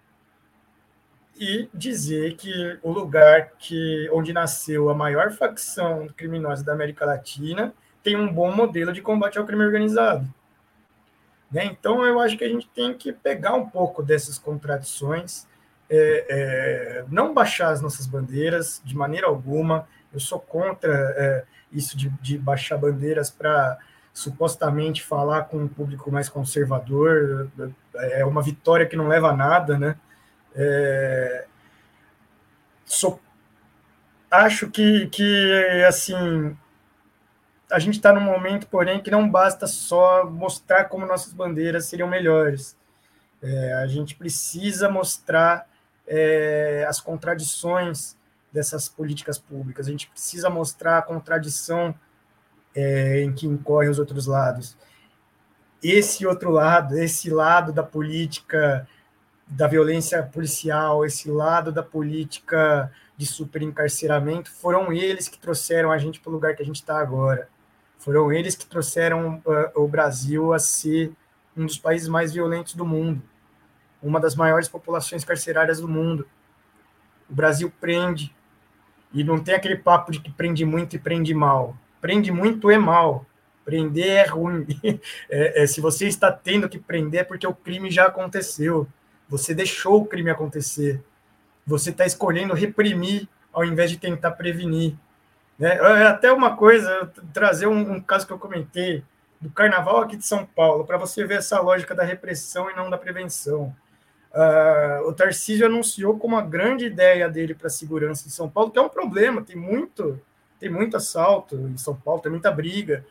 e dizer que o lugar onde nasceu a maior facção criminosa da América Latina tem um bom modelo de combate ao crime organizado. Né? Então, eu acho que a gente tem que pegar um pouco dessas contradições não baixar as nossas bandeiras de maneira alguma. Eu sou contra isso de baixar bandeiras para supostamente falar com um público mais conservador. É uma vitória que não leva a nada, né? Acho que assim, a gente está num momento, porém, que não basta só mostrar como nossas bandeiras seriam melhores. A gente precisa mostrar as contradições dessas políticas públicas. A gente precisa mostrar a contradição em que incorrem os outros lados. Esse outro lado, esse lado da política da violência policial, esse lado da política de superencarceramento, foram eles que trouxeram a gente para o lugar que a gente está agora. Foram eles que trouxeram o Brasil a ser um dos países mais violentos do mundo, uma das maiores populações carcerárias do mundo. O Brasil prende, e não tem aquele papo de que prende muito e prende mal. Prende muito é mal. Prender é ruim. Se você está tendo que prender é porque o crime já aconteceu. Você deixou o crime acontecer. Você está escolhendo reprimir ao invés de tentar prevenir. Né? Até uma coisa, trazer um caso que eu comentei do carnaval aqui de São Paulo, para você ver essa lógica da repressão e não da prevenção. O Tarcísio anunciou como uma grande ideia dele para a segurança em São Paulo, que é um problema, tem muito assalto em São Paulo, tem muita briga.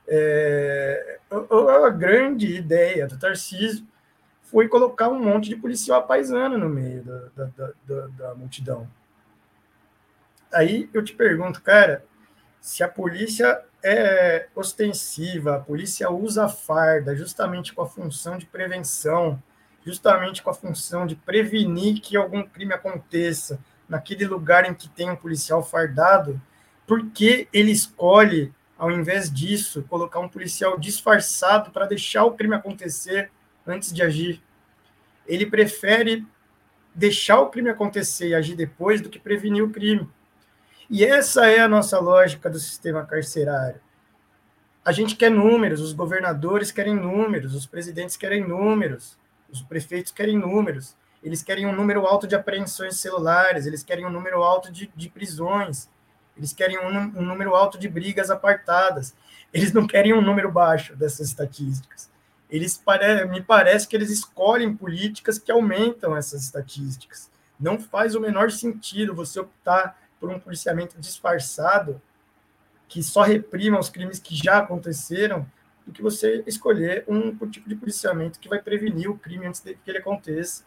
A grande ideia do Tarcísio foi colocar um monte de policial paisano no meio da multidão. Aí eu te pergunto, cara, se a polícia é ostensiva, a polícia usa a farda justamente com a função de prevenção, justamente com a função de prevenir que algum crime aconteça naquele lugar em que tem um policial fardado, por que ele escolhe, ao invés disso, colocar um policial disfarçado para deixar o crime acontecer antes de agir? Ele prefere deixar o crime acontecer e agir depois do que prevenir o crime. E essa é a nossa lógica do sistema carcerário. A gente quer números, os governadores querem números, os presidentes querem números, os prefeitos querem números, eles querem um número alto de apreensões celulares, eles querem um número alto de prisões, eles querem um número alto de brigas apartadas, eles não querem um número baixo dessas estatísticas. Me parece que eles escolhem políticas que aumentam essas estatísticas. Não faz o menor sentido você optar por um policiamento disfarçado que só reprima os crimes que já aconteceram, do que você escolher um tipo de policiamento que vai prevenir o crime antes de que ele aconteça.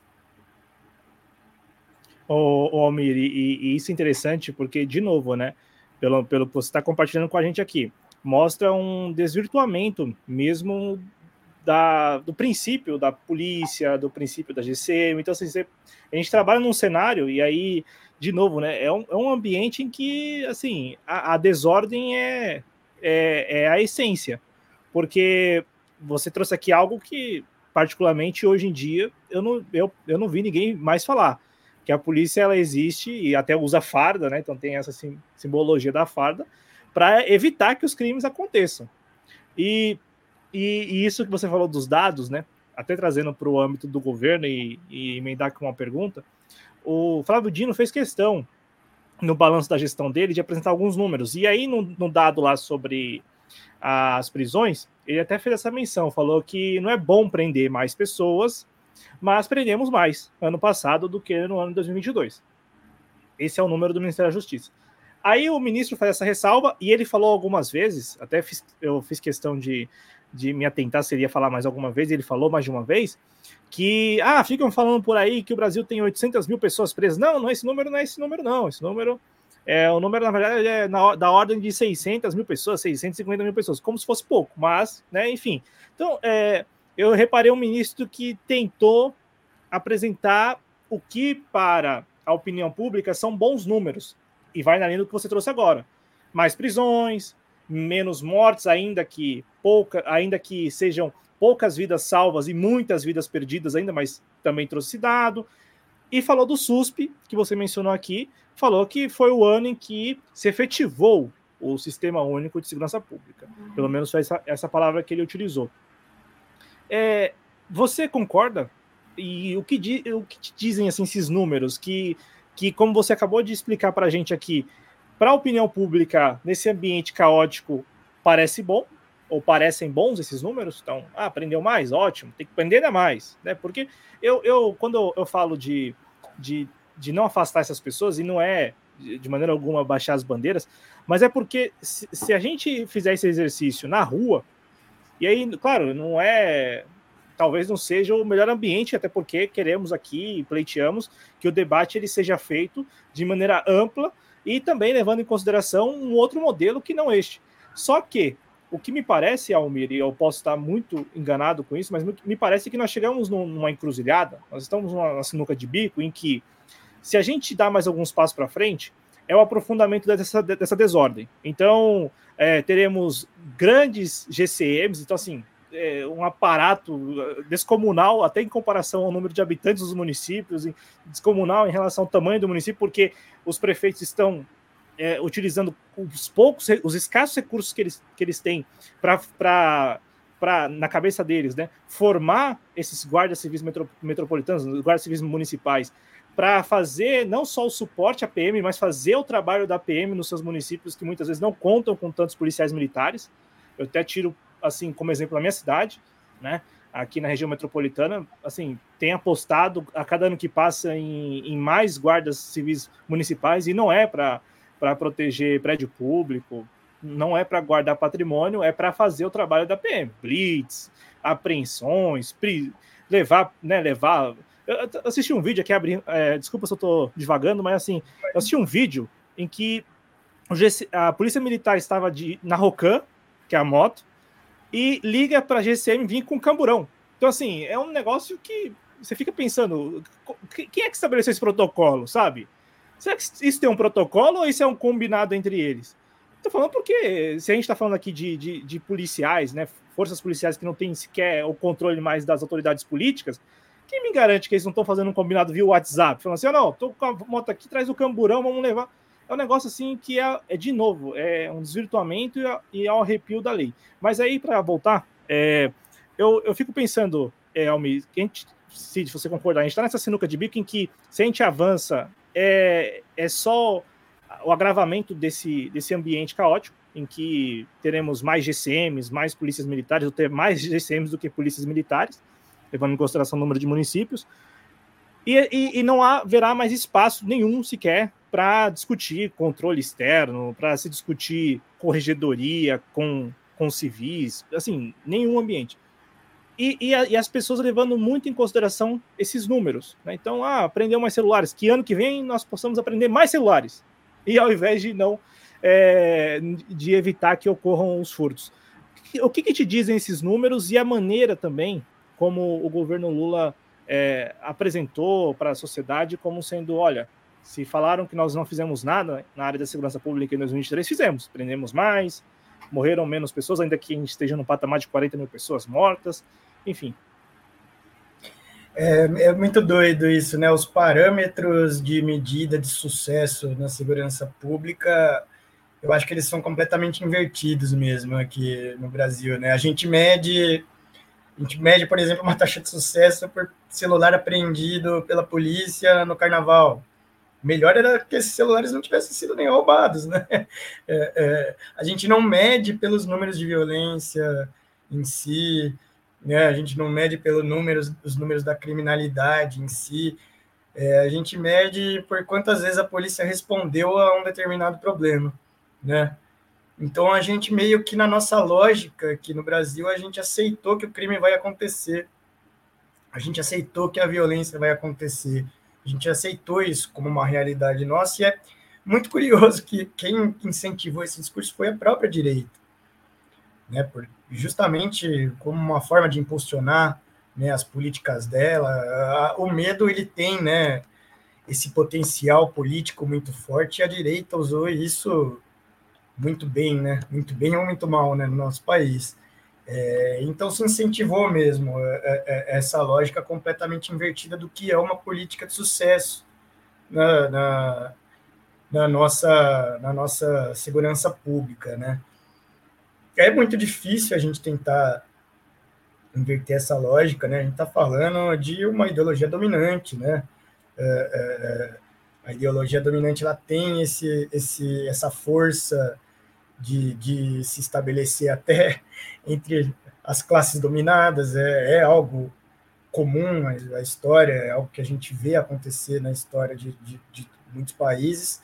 Almir, e isso é interessante porque, de novo, né, pelo que você está compartilhando com a gente aqui, mostra um desvirtuamento mesmo do princípio da polícia, do princípio da GCM. Então, assim, a gente trabalha num cenário, e aí, de novo, né, é um ambiente em que, assim, a desordem é a essência, porque você trouxe aqui algo que, particularmente, hoje em dia, eu não vi ninguém mais falar, que a polícia, ela existe e até usa farda, né, então tem essa simbologia da farda, para evitar que os crimes aconteçam. E isso que você falou dos dados, né, até trazendo para o âmbito do governo e emendar com uma pergunta, o Flávio Dino fez questão, no balanço da gestão dele, de apresentar alguns números. E aí, no dado lá sobre as prisões, ele até fez essa menção, falou que não é bom prender mais pessoas, mas prendemos mais ano passado do que no ano de 2022. Esse é o número do Ministério da Justiça. Aí o ministro faz essa ressalva e ele falou algumas vezes, até eu fiz questão de me atentar se ele ia falar mais alguma vez, ele falou mais de uma vez, que ficam falando por aí que o Brasil tem 800 mil pessoas presas. Não, esse número não é esse número, não. Esse número o número, na verdade, é da ordem de 600 mil pessoas, 650 mil pessoas, como se fosse pouco, mas, né, enfim. Então, eu reparei um ministro que tentou apresentar o que, para a opinião pública, são bons números, e vai na linha do que você trouxe agora. Mais prisões, menos mortes, ainda que sejam poucas vidas salvas e muitas vidas perdidas ainda, mas também trouxe esse dado. E falou do SUSP, que você mencionou aqui, falou que foi o ano em que se efetivou o Sistema Único de Segurança Pública. Pelo menos foi essa palavra que ele utilizou. Você concorda E o que te dizem assim, esses números que, como você acabou de explicar para a gente aqui, para a opinião pública, nesse ambiente caótico, parece bom, ou parecem bons esses números? Então, aprendeu mais? Ótimo, tem que aprender ainda mais, né? Porque quando eu falo de não afastar essas pessoas, e não é de maneira alguma baixar as bandeiras, mas é porque se a gente fizer esse exercício na rua, e aí, claro, não é. Talvez não seja o melhor ambiente, até porque queremos aqui, pleiteamos, que o debate ele seja feito de maneira ampla e também levando em consideração um outro modelo que não este. Só que o que me parece, Almir, e eu posso estar muito enganado com isso, mas me parece que nós chegamos numa encruzilhada, nós estamos numa sinuca de bico em que, se a gente dá mais alguns passos para frente, é o aprofundamento dessa desordem. Então, teremos grandes GCMs, então, assim, um aparato descomunal, até em comparação ao número de habitantes dos municípios, descomunal em relação ao tamanho do município, porque os prefeitos estão utilizando os escassos recursos que eles têm para na cabeça deles, né, formar esses guardas civis metropolitanos, guardas civis municipais, para fazer não só o suporte à PM, mas fazer o trabalho da PM nos seus municípios, que muitas vezes não contam com tantos policiais militares. Eu até tiro, assim, como exemplo, a minha cidade, né? Aqui na região metropolitana, assim, tem apostado a cada ano que passa em mais guardas civis municipais, e não é para proteger prédio público, não é para guardar patrimônio, é para fazer o trabalho da PM, blitz, apreensões, levar. Eu assisti um vídeo aqui, desculpa se eu estou divagando, mas assim, eu assisti um vídeo em que a Polícia Militar estava na Rocan, que é a moto, e liga para a GCM vir com camburão. Então, assim, é um negócio que você fica pensando, quem é que estabeleceu esse protocolo, sabe? Será que isso tem um protocolo ou isso é um combinado entre eles? Estou falando porque, se a gente está falando aqui de policiais, né, forças policiais que não têm sequer o controle mais das autoridades políticas, quem me garante que eles não estão fazendo um combinado via WhatsApp? Falando assim, não, tô com a moto aqui, traz o camburão, vamos levar. É um negócio assim que de novo, é um desvirtuamento e é um arrepio da lei. Mas aí, para voltar, eu fico pensando, Almir, se você concordar, a gente está nessa sinuca de bico em que, se a gente avança, é só o agravamento desse ambiente caótico, em que teremos mais GCMs, mais polícias militares, ou ter mais GCMs do que polícias militares, levando em consideração o número de municípios, e não haverá mais espaço nenhum sequer para discutir controle externo, para se discutir corregedoria com civis, assim, nenhum ambiente. E as pessoas levando muito em consideração esses números, né? Então, aprender mais celulares, que ano que vem nós possamos aprender mais celulares, e ao invés de não de evitar que ocorram os furtos. O que te dizem esses números e a maneira também como o governo Lula apresentou para a sociedade como sendo, olha, se falaram que nós não fizemos nada na área da segurança pública em 2023, fizemos, prendemos mais, morreram menos pessoas, ainda que a gente esteja no patamar de 40 mil pessoas mortas, enfim. É muito doido isso, né? Os parâmetros de medida de sucesso na segurança pública, eu acho que eles são completamente invertidos mesmo aqui no Brasil, né? A gente mede, por exemplo, uma taxa de sucesso por celular apreendido pela polícia no carnaval. Melhor era que esses celulares não tivessem sido nem roubados, né? A gente não mede pelos números de violência em si, né? A gente não mede pelos números da criminalidade em si. A gente mede por quantas vezes a polícia respondeu a um determinado problema, né? Então, a gente meio que, na nossa lógica aqui no Brasil, a gente aceitou que o crime vai acontecer. A gente aceitou que a violência vai acontecer. A gente aceitou isso como uma realidade nossa, e é muito curioso que quem incentivou esse discurso foi a própria direita, né? Justamente como uma forma de impulsionar, né, as políticas dela. O medo, ele tem, né, esse potencial político muito forte, e a direita usou isso muito bem, né? Muito bem ou muito mal, né, no nosso país. Então, se incentivou mesmo essa lógica completamente invertida do que é uma política de sucesso na nossa segurança pública, né? É muito difícil a gente tentar inverter essa lógica, né? A gente está falando de uma ideologia dominante, né? A ideologia dominante ela tem essa força de se estabelecer até entre as classes dominadas, é algo comum, a história é algo que a gente vê acontecer na história de muitos países.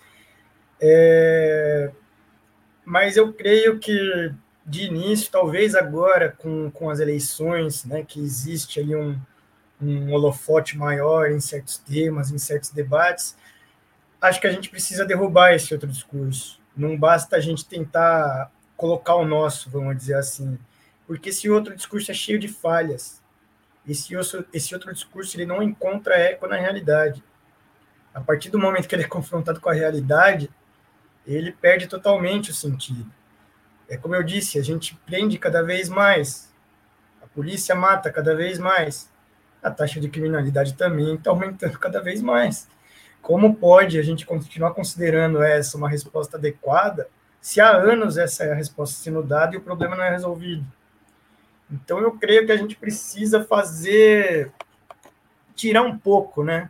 Mas eu creio que, de início, talvez agora, com as eleições, né, que existe aí um holofote maior em certos temas, em certos debates, acho que a gente precisa derrubar esse outro discurso. Não basta a gente tentar colocar o nosso, vamos dizer assim, porque esse outro discurso é cheio de falhas. Esse outro discurso ele não encontra eco na realidade. A partir do momento que ele é confrontado com a realidade, ele perde totalmente o sentido. É como eu disse, a gente prende cada vez mais, a polícia mata cada vez mais, a taxa de criminalidade também está aumentando cada vez mais. Como pode a gente continuar considerando essa uma resposta adequada se há anos essa é a resposta sendo dada e o problema não é resolvido? Então eu creio que a gente precisa tirar um pouco, né,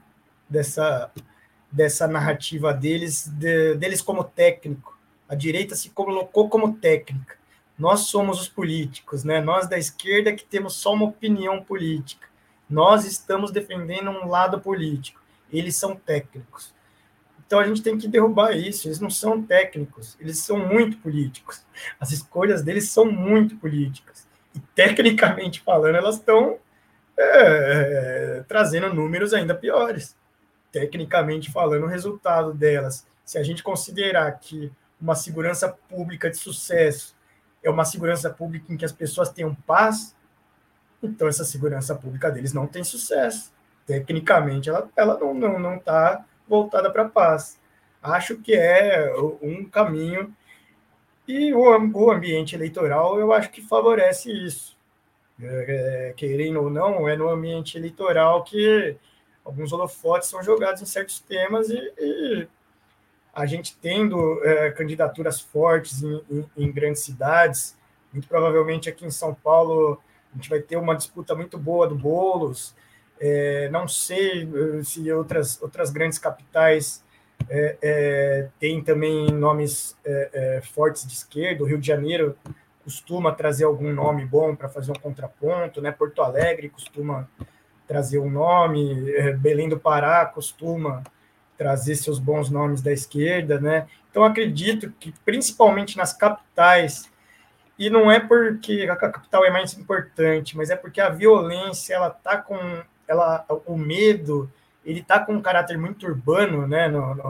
dessa narrativa deles como técnico. A direita se colocou como técnica. Nós somos os políticos, né? Nós da esquerda que temos só uma opinião política. Nós estamos defendendo um lado político. Eles são técnicos. Então a gente tem que derrubar isso. Eles não são técnicos, eles são muito políticos. As escolhas deles são muito políticas. E tecnicamente falando, elas estão trazendo números ainda piores. Tecnicamente falando, o resultado delas, se a gente considerar que uma segurança pública de sucesso é uma segurança pública em que as pessoas tenham paz, então essa segurança pública deles não tem sucesso. Tecnicamente, ela não está voltada para a paz. Acho que é um caminho, e o ambiente eleitoral eu acho que favorece isso. Querendo ou não, é no ambiente eleitoral que alguns holofotes são jogados em certos temas e a gente tendo candidaturas fortes em grandes cidades, muito provavelmente aqui em São Paulo a gente vai ter uma disputa muito boa do Boulos, não sei se outras grandes capitais têm também nomes fortes de esquerda. O Rio de Janeiro costuma trazer algum nome bom para fazer um contraponto, né? Porto Alegre costuma trazer um nome, Belém do Pará costuma trazer seus bons nomes da esquerda, né? Então, acredito que, principalmente nas capitais, e não é porque a capital é mais importante, mas é porque a violência, o medo, ele está com um caráter muito urbano, né?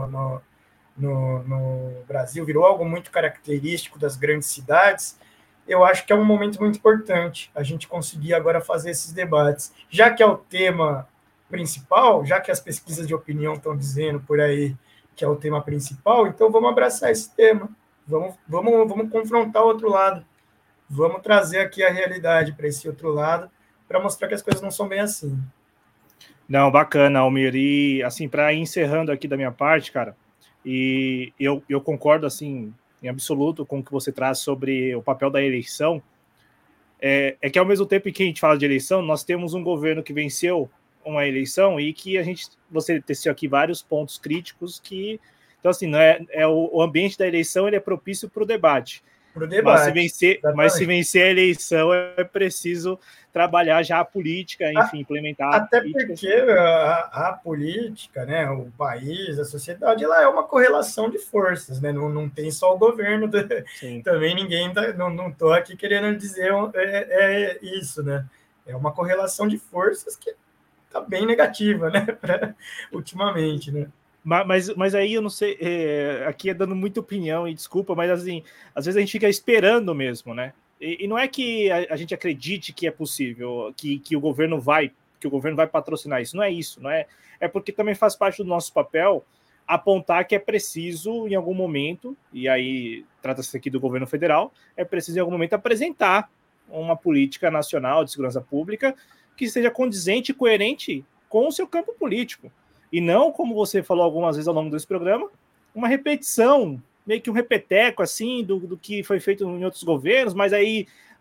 No Brasil, virou algo muito característico das grandes cidades. Eu acho que é um momento muito importante a gente conseguir agora fazer esses debates. Já que é o tema principal, já que as pesquisas de opinião estão dizendo por aí que é o tema principal, então vamos abraçar esse tema. Vamos confrontar o outro lado. Vamos trazer aqui a realidade para esse outro lado, para mostrar que as coisas não são bem assim. Não, bacana, Almir. E, assim, para ir encerrando aqui da minha parte, cara, e eu concordo, assim, em absoluto com o que você traz sobre o papel da eleição. É que, ao mesmo tempo que a gente fala de eleição, nós temos um governo que venceu uma eleição e que você teceu aqui vários pontos críticos que, então, assim, não o ambiente da eleição ele é propício para o debate. Mas se vencer a eleição, é preciso trabalhar já a política, enfim, implementar. Até porque a política, né, o país, a sociedade, ela é uma correlação de forças, né? Não tem só o governo. Também ninguém não estou aqui querendo dizer isso, né? É uma correlação de forças que está bem negativa, né? Ultimamente, né? Mas aí eu não sei, aqui é dando muita opinião e desculpa, mas assim, às vezes a gente fica esperando mesmo, né? E não é que a gente acredite que é possível, que o governo vai patrocinar isso, não é isso, não é? É porque também faz parte do nosso papel apontar que é preciso em algum momento, e aí trata-se aqui do governo federal, é preciso em algum momento apresentar uma política nacional de segurança pública que seja condizente e coerente com o seu campo político. E não, como você falou algumas vezes ao longo desse programa, uma repetição, meio que um repeteco, assim, do que foi feito em outros governos, mas aí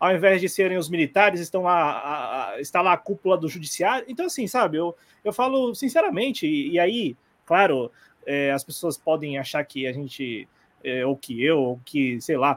ao invés de serem os militares, está lá a cúpula do judiciário. Então, assim, sabe, eu falo sinceramente, e aí, claro, as pessoas podem achar que a gente, ou que, sei lá,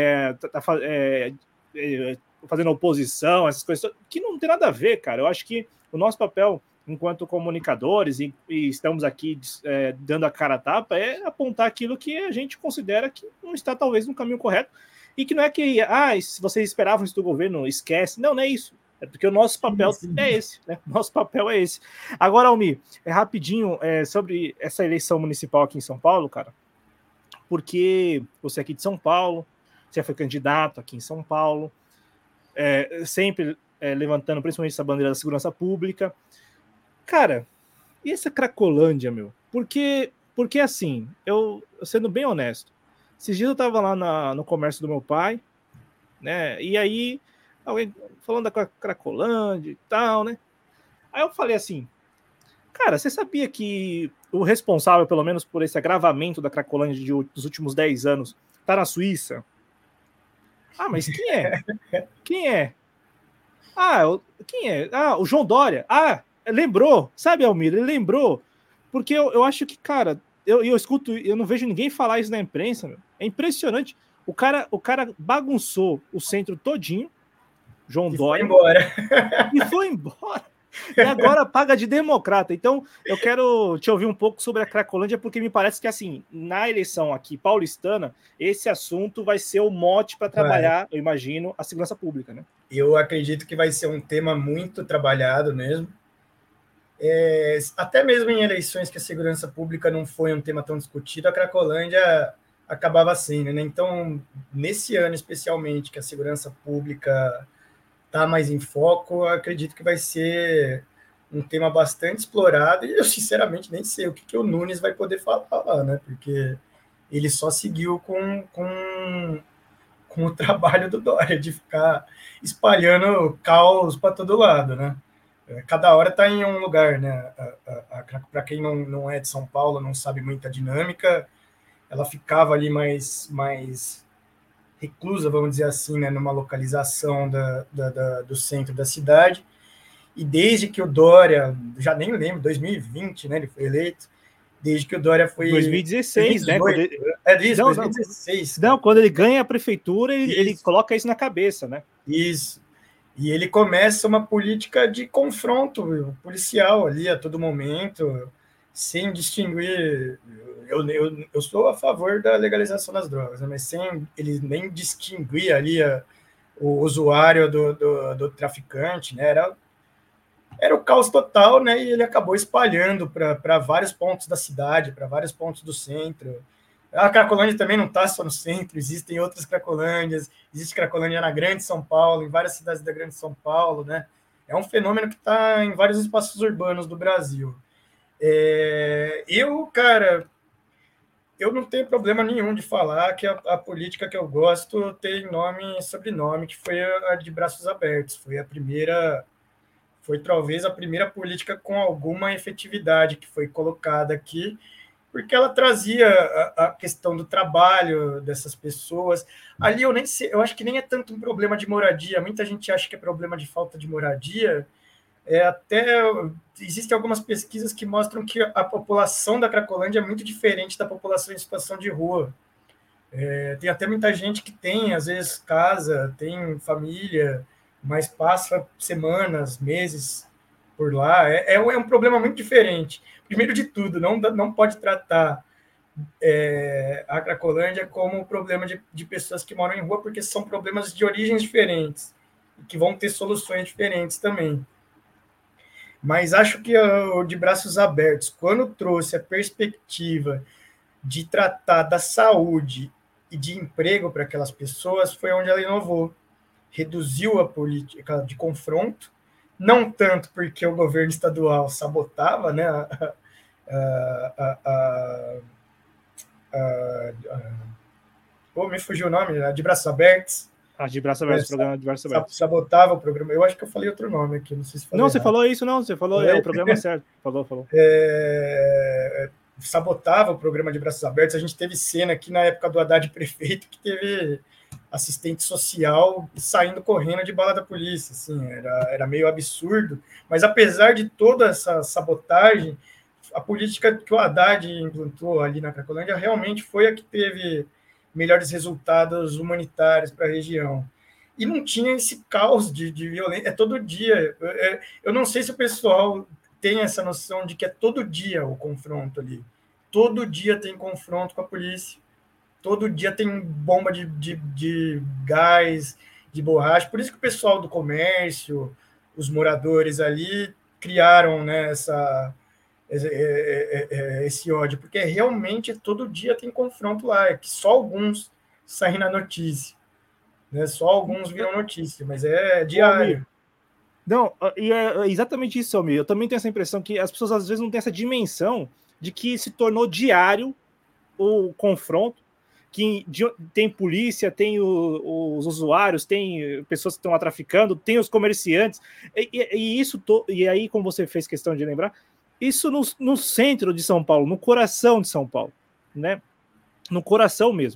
fazendo oposição, essas coisas, que não tem nada a ver, cara. Eu acho que o nosso papel enquanto comunicadores, e estamos aqui dando a cara a tapa, é apontar aquilo que a gente considera que não está talvez no caminho correto, e que não é que, se vocês esperavam isso do governo, esquece. Não é isso. É porque o nosso papel é esse, né? Nosso papel é esse. Agora, Almir, rapidinho, sobre essa eleição municipal aqui em São Paulo, cara, porque você é aqui de São Paulo, você foi candidato aqui em São Paulo, sempre levantando principalmente essa bandeira da segurança pública. Cara, e essa Cracolândia, meu? Porque assim, eu sendo bem honesto, esses dias eu tava lá no comércio do meu pai, né? E aí, alguém falando da Cracolândia e tal, né? Aí eu falei assim, cara, você sabia que o responsável, pelo menos por esse agravamento da Cracolândia dos últimos 10 anos, tá na Suíça? Ah, mas quem é? Quem é? Quem é? O João Dória. Lembrou, sabe, Almir? Ele lembrou. Porque eu acho que, cara, eu escuto, eu não vejo ninguém falar isso na imprensa, meu. É impressionante. O cara bagunçou o centro todinho, João Dória. E foi embora. E agora paga de democrata. Então, eu quero te ouvir um pouco sobre a Cracolândia, porque me parece que, assim, na eleição aqui paulistana, esse assunto vai ser o mote para trabalhar, eu imagino, a segurança pública, né? Eu acredito que vai ser um tema muito trabalhado mesmo. Até mesmo em eleições que a segurança pública não foi um tema tão discutido, a Cracolândia acabava sendo, né? Então, nesse ano especialmente, que a segurança pública está mais em foco, eu acredito que vai ser um tema bastante explorado, e eu sinceramente nem sei o que o Nunes vai poder falar lá, né? Porque ele só seguiu com o trabalho do Dória, de ficar espalhando caos para todo lado, né? Cada hora está em um lugar, né? Para quem não é de São Paulo, não sabe muita dinâmica, ela ficava ali mais reclusa, vamos dizer assim, né, numa localização do centro da cidade. E desde que o Dória, já nem lembro, 2020, né, ele foi eleito, desde que o Dória foi... 2016, 2018, né? Isso, 2016. Não, quando ele ganha a prefeitura, ele coloca isso na cabeça, né? Isso. E ele começa uma política de confronto policial ali a todo momento, sem distinguir... Eu sou a favor da legalização das drogas, né? Mas sem ele nem distinguir ali o usuário do traficante, né? Era o caos total, né? E ele acabou espalhando para vários pontos da cidade, para vários pontos do centro. A Cracolândia também não está só no centro, existem outras Cracolândias, existe Cracolândia na Grande São Paulo, em várias cidades da Grande São Paulo, né? É um fenômeno que está em vários espaços urbanos do Brasil. Cara, eu não tenho problema nenhum de falar que a política que eu gosto tem nome e sobrenome, que foi a de Braços Abertos. Foi talvez a primeira política com alguma efetividade que foi colocada aqui, porque ela trazia a questão do trabalho dessas pessoas. Ali eu nem sei, eu acho que nem é tanto um problema de moradia. Muita gente acha que é problema de falta de moradia. Existem algumas pesquisas que mostram que a população da Cracolândia é muito diferente da população em situação de rua. Tem até muita gente que tem, às vezes, casa, tem família, mas passa semanas, meses por lá. É um problema muito diferente. Primeiro de tudo, não pode tratar a Cracolândia como um problema de pessoas que moram em rua, porque são problemas de origens diferentes e que vão ter soluções diferentes também. Mas acho que o de Braços Abertos, quando trouxe a perspectiva de tratar da saúde e de emprego para aquelas pessoas, foi onde ela inovou. Reduziu a política de confronto, não tanto porque o governo estadual sabotava, né, me fugiu o nome, a de Braços Abertos. De Braços Abertos, programa de Braços Abertos. Sabotava o programa. Eu acho que eu falei outro nome aqui, não sei se falei Não, errado. você falou isso, não. Você falou, o programa certo. Falou. Sabotava o programa de Braços Abertos. A gente teve cena aqui na época do Haddad prefeito, que teve assistente social saindo correndo de bala da polícia, assim, era meio absurdo, mas apesar de toda essa sabotagem, a política que o Haddad implantou ali na Cracolândia realmente foi a que teve melhores resultados humanitários para a região. E não tinha esse caos de violência, é todo dia. Eu não sei se o pessoal tem essa noção de que é todo dia o confronto ali. Todo dia tem confronto com a polícia. Todo dia tem bomba de gás, de borracha. Por isso que o pessoal do comércio, os moradores ali, criaram, né, esse ódio, porque realmente todo dia tem confronto lá, é que só alguns saem na notícia, né? Só alguns viram notícia, mas é diário. Não, e é exatamente isso, Almir. Eu também tenho essa impressão que as pessoas às vezes não têm essa dimensão de que se tornou diário o confronto, que tem polícia, tem os usuários, tem pessoas que estão lá traficando, tem os comerciantes, e isso, e aí, como você fez questão de lembrar, isso no centro de São Paulo, no coração de São Paulo, né? No coração mesmo.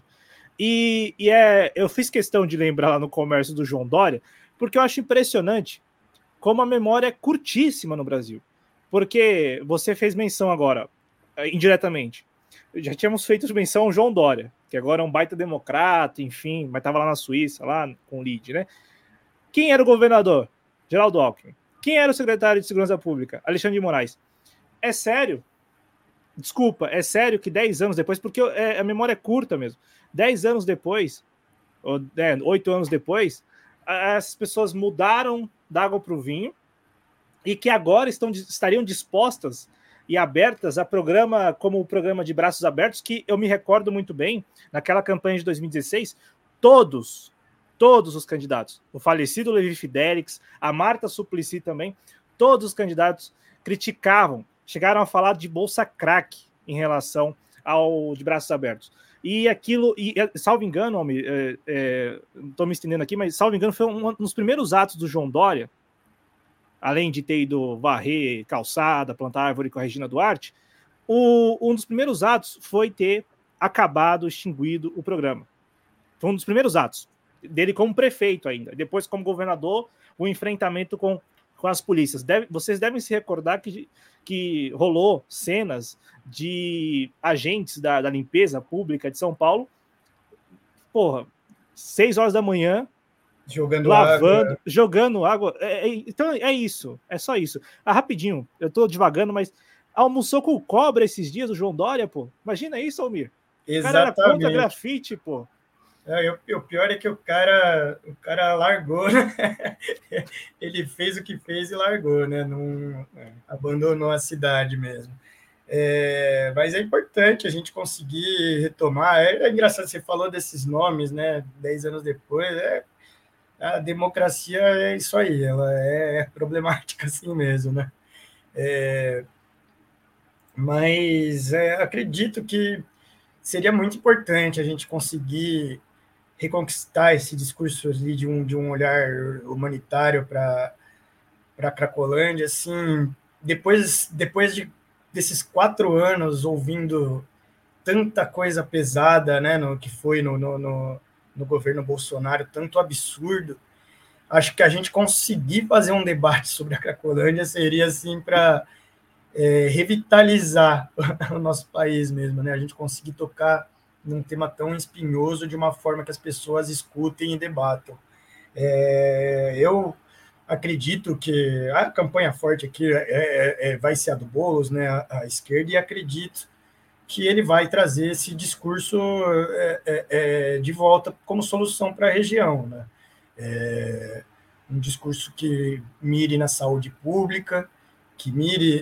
Eu fiz questão de lembrar lá no comércio do João Dória, porque eu acho impressionante como a memória é curtíssima no Brasil. Porque você fez menção agora, indiretamente. Já tínhamos feito menção ao João Dória, que agora é um baita democrata, enfim, mas estava lá na Suíça, lá com o Lide, né? Quem era o governador? Geraldo Alckmin. Quem era o secretário de Segurança Pública? Alexandre de Moraes. É sério? Desculpa, é sério que 10 anos depois, porque a memória é curta mesmo, 10 anos depois, ou 8 anos depois, as pessoas mudaram da água para o vinho e que agora estariam dispostas e abertas a programa como o programa de Braços Abertos, que eu me recordo muito bem, naquela campanha de 2016, todos os candidatos, o falecido Levi Fidelix, a Marta Suplicy também, todos os candidatos criticavam, chegaram a falar de bolsa crack em relação ao de Braços Abertos. E aquilo, salvo engano, não estou me estendendo aqui, mas salvo engano, foi um dos primeiros atos do João Dória, além de ter ido varrer calçada, plantar árvore com a Regina Duarte, um dos primeiros atos foi ter acabado, extinguido o programa. Foi um dos primeiros atos dele como prefeito ainda. Depois, como governador, o enfrentamento com as polícias. Vocês devem se recordar que rolou cenas de agentes da limpeza pública de São Paulo, 6 horas da manhã, jogando água. Então é isso, é só isso. Rapidinho, eu tô devagando, mas almoçou com cobra esses dias, o João Dória, pô. Imagina isso, Almir. Exatamente. O cara era contra grafite, pô. O pior é que o cara largou, né? Ele fez o que fez e largou, né? Não abandonou a cidade mesmo. Mas é importante a gente conseguir retomar. É engraçado, você falou desses nomes, né? 10 anos depois, a democracia é isso aí, ela é problemática assim mesmo, né? Mas acredito que seria muito importante a gente conseguir reconquistar esse discurso ali de um olhar humanitário para a Cracolândia, assim, depois desses 4 anos ouvindo tanta coisa pesada, né, no que foi no governo Bolsonaro, tanto absurdo, acho que a gente conseguir fazer um debate sobre a Cracolândia seria, assim, para revitalizar o nosso país mesmo, né, a gente conseguir tocar num tema tão espinhoso de uma forma que as pessoas escutem e debatam. Eu acredito que a campanha forte aqui vai ser a do Boulos, né, a esquerda, e acredito que ele vai trazer esse discurso de volta como solução para a região, né? Um discurso que mire na saúde pública, que mire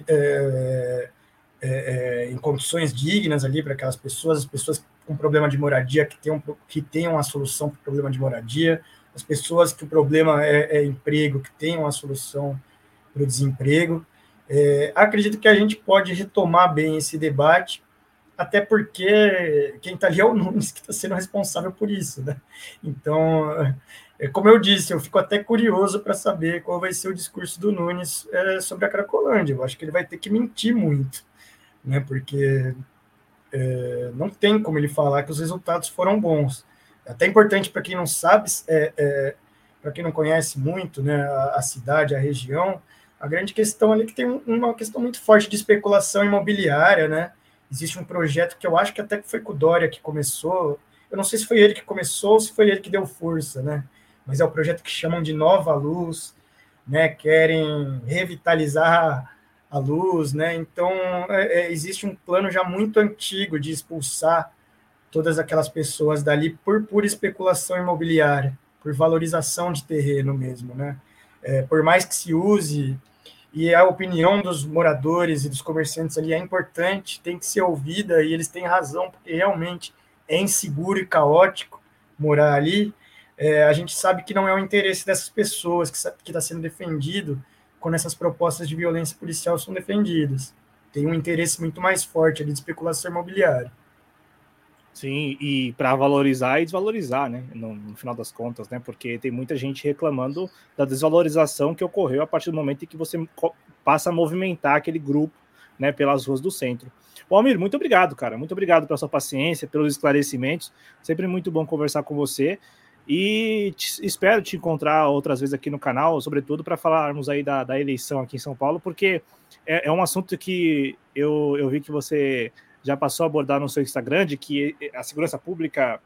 em condições dignas ali para aquelas pessoas, as pessoas com problema de moradia que tenham a solução para o problema de moradia, as pessoas que o problema é emprego, que tenham a solução para o desemprego. Acredito que a gente pode retomar bem esse debate, até porque quem está ali é o Nunes, que está sendo responsável por isso, né? Então, como eu disse, eu fico até curioso para saber qual vai ser o discurso do Nunes sobre a Cracolândia. Eu acho que ele vai ter que mentir muito, né? Porque não tem como ele falar que os resultados foram bons. até importante para quem não sabe, para quem não conhece muito, né, a cidade, a região, a grande questão ali é que tem uma questão muito forte de especulação imobiliária, né? Existe um projeto que eu acho que até que foi com o Dória que começou, eu não sei se foi ele que começou ou se foi ele que deu força, né? Mas é o projeto que chamam de Nova Luz, né? Querem revitalizar a luz, né? Então, existe um plano já muito antigo de expulsar todas aquelas pessoas dali por pura especulação imobiliária, por valorização de terreno mesmo, né? Por mais que se use, e a opinião dos moradores e dos comerciantes ali é importante, tem que ser ouvida, e eles têm razão, porque realmente é inseguro e caótico morar ali. A gente sabe que não é o interesse dessas pessoas que está sendo defendido quando essas propostas de violência policial são defendidas. Tem um interesse muito mais forte ali de especulação imobiliária. Sim, e para valorizar e desvalorizar, né? No final das contas, né? Porque tem muita gente reclamando da desvalorização que ocorreu a partir do momento em que você passa a movimentar aquele grupo, né, pelas ruas do centro. Bom, Almir, muito obrigado, cara. Muito obrigado pela sua paciência, pelos esclarecimentos. Sempre muito bom conversar com você. E espero te encontrar outras vezes aqui no canal, sobretudo para falarmos aí da eleição aqui em São Paulo, porque é um assunto que eu vi que você já passou a abordar no seu Instagram, de que a segurança pública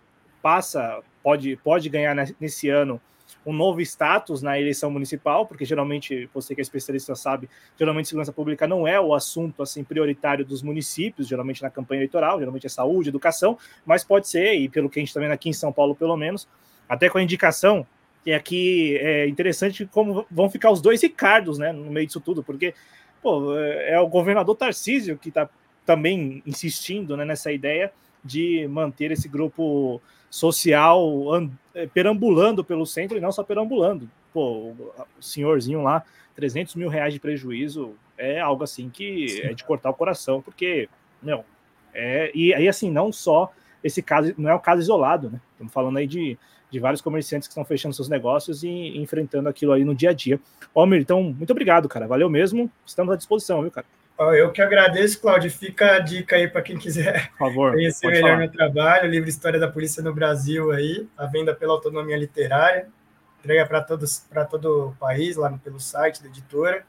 pode ganhar nesse ano um novo status na eleição municipal, porque geralmente, você que é especialista sabe, geralmente segurança pública não é o assunto assim prioritário dos municípios, geralmente na campanha eleitoral, geralmente é saúde, educação, mas pode ser, e pelo que a gente está vendo aqui em São Paulo pelo menos, até com a indicação, que aqui é interessante como vão ficar os dois Ricardos, né, no meio disso tudo, porque é o governador Tarcísio que está também insistindo, né, nessa ideia de manter esse grupo social perambulando pelo centro, e não só perambulando. O senhorzinho lá, 300 mil reais de prejuízo, é algo assim que é de cortar o coração, porque, e aí assim, não só esse caso, não é um caso isolado, né? Estamos falando aí de vários comerciantes que estão fechando seus negócios e enfrentando aquilo aí no dia a dia. Almir, então, muito obrigado, cara. Valeu mesmo. Estamos à disposição, viu, cara? Eu que agradeço, Cláudio. Fica a dica aí para quem quiser conhecer melhor meu trabalho, o livro História da Polícia no Brasil, aí, à venda pela Autonomia Literária, entrega para todo o país, lá pelo site da editora.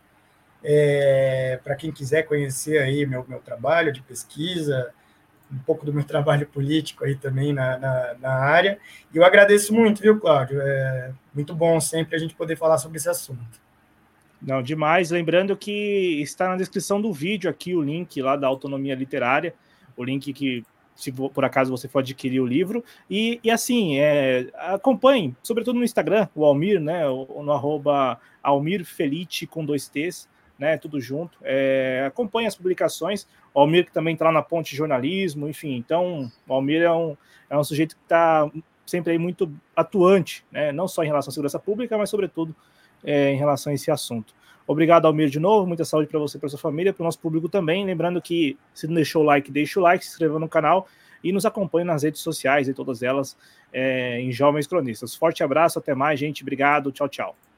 Para quem quiser conhecer aí meu trabalho de pesquisa, um pouco do meu trabalho político aí também na área. E eu agradeço muito, viu, Cláudio? É muito bom sempre a gente poder falar sobre esse assunto. Não, demais. Lembrando que está na descrição do vídeo aqui o link lá da Autonomia Literária, o link que, se por acaso você for adquirir o livro. E assim, acompanhe, sobretudo no Instagram, o Almir, né, no @AlmirFelite com 2 T's, né, tudo junto. Acompanhe as publicações. O Almir que também está lá na Ponte Jornalismo, enfim. Então, o Almir é um sujeito que está sempre aí muito atuante, né, não só em relação à segurança pública, mas sobretudo em relação a esse assunto. Obrigado, Almir, de novo. Muita saúde para você, para sua família, para o nosso público também. Lembrando que, se não deixou o like, deixa o like, se inscreva no canal e nos acompanhe nas redes sociais, e todas elas em Jovens Cronistas. Forte abraço, até mais, gente. Obrigado, tchau, tchau.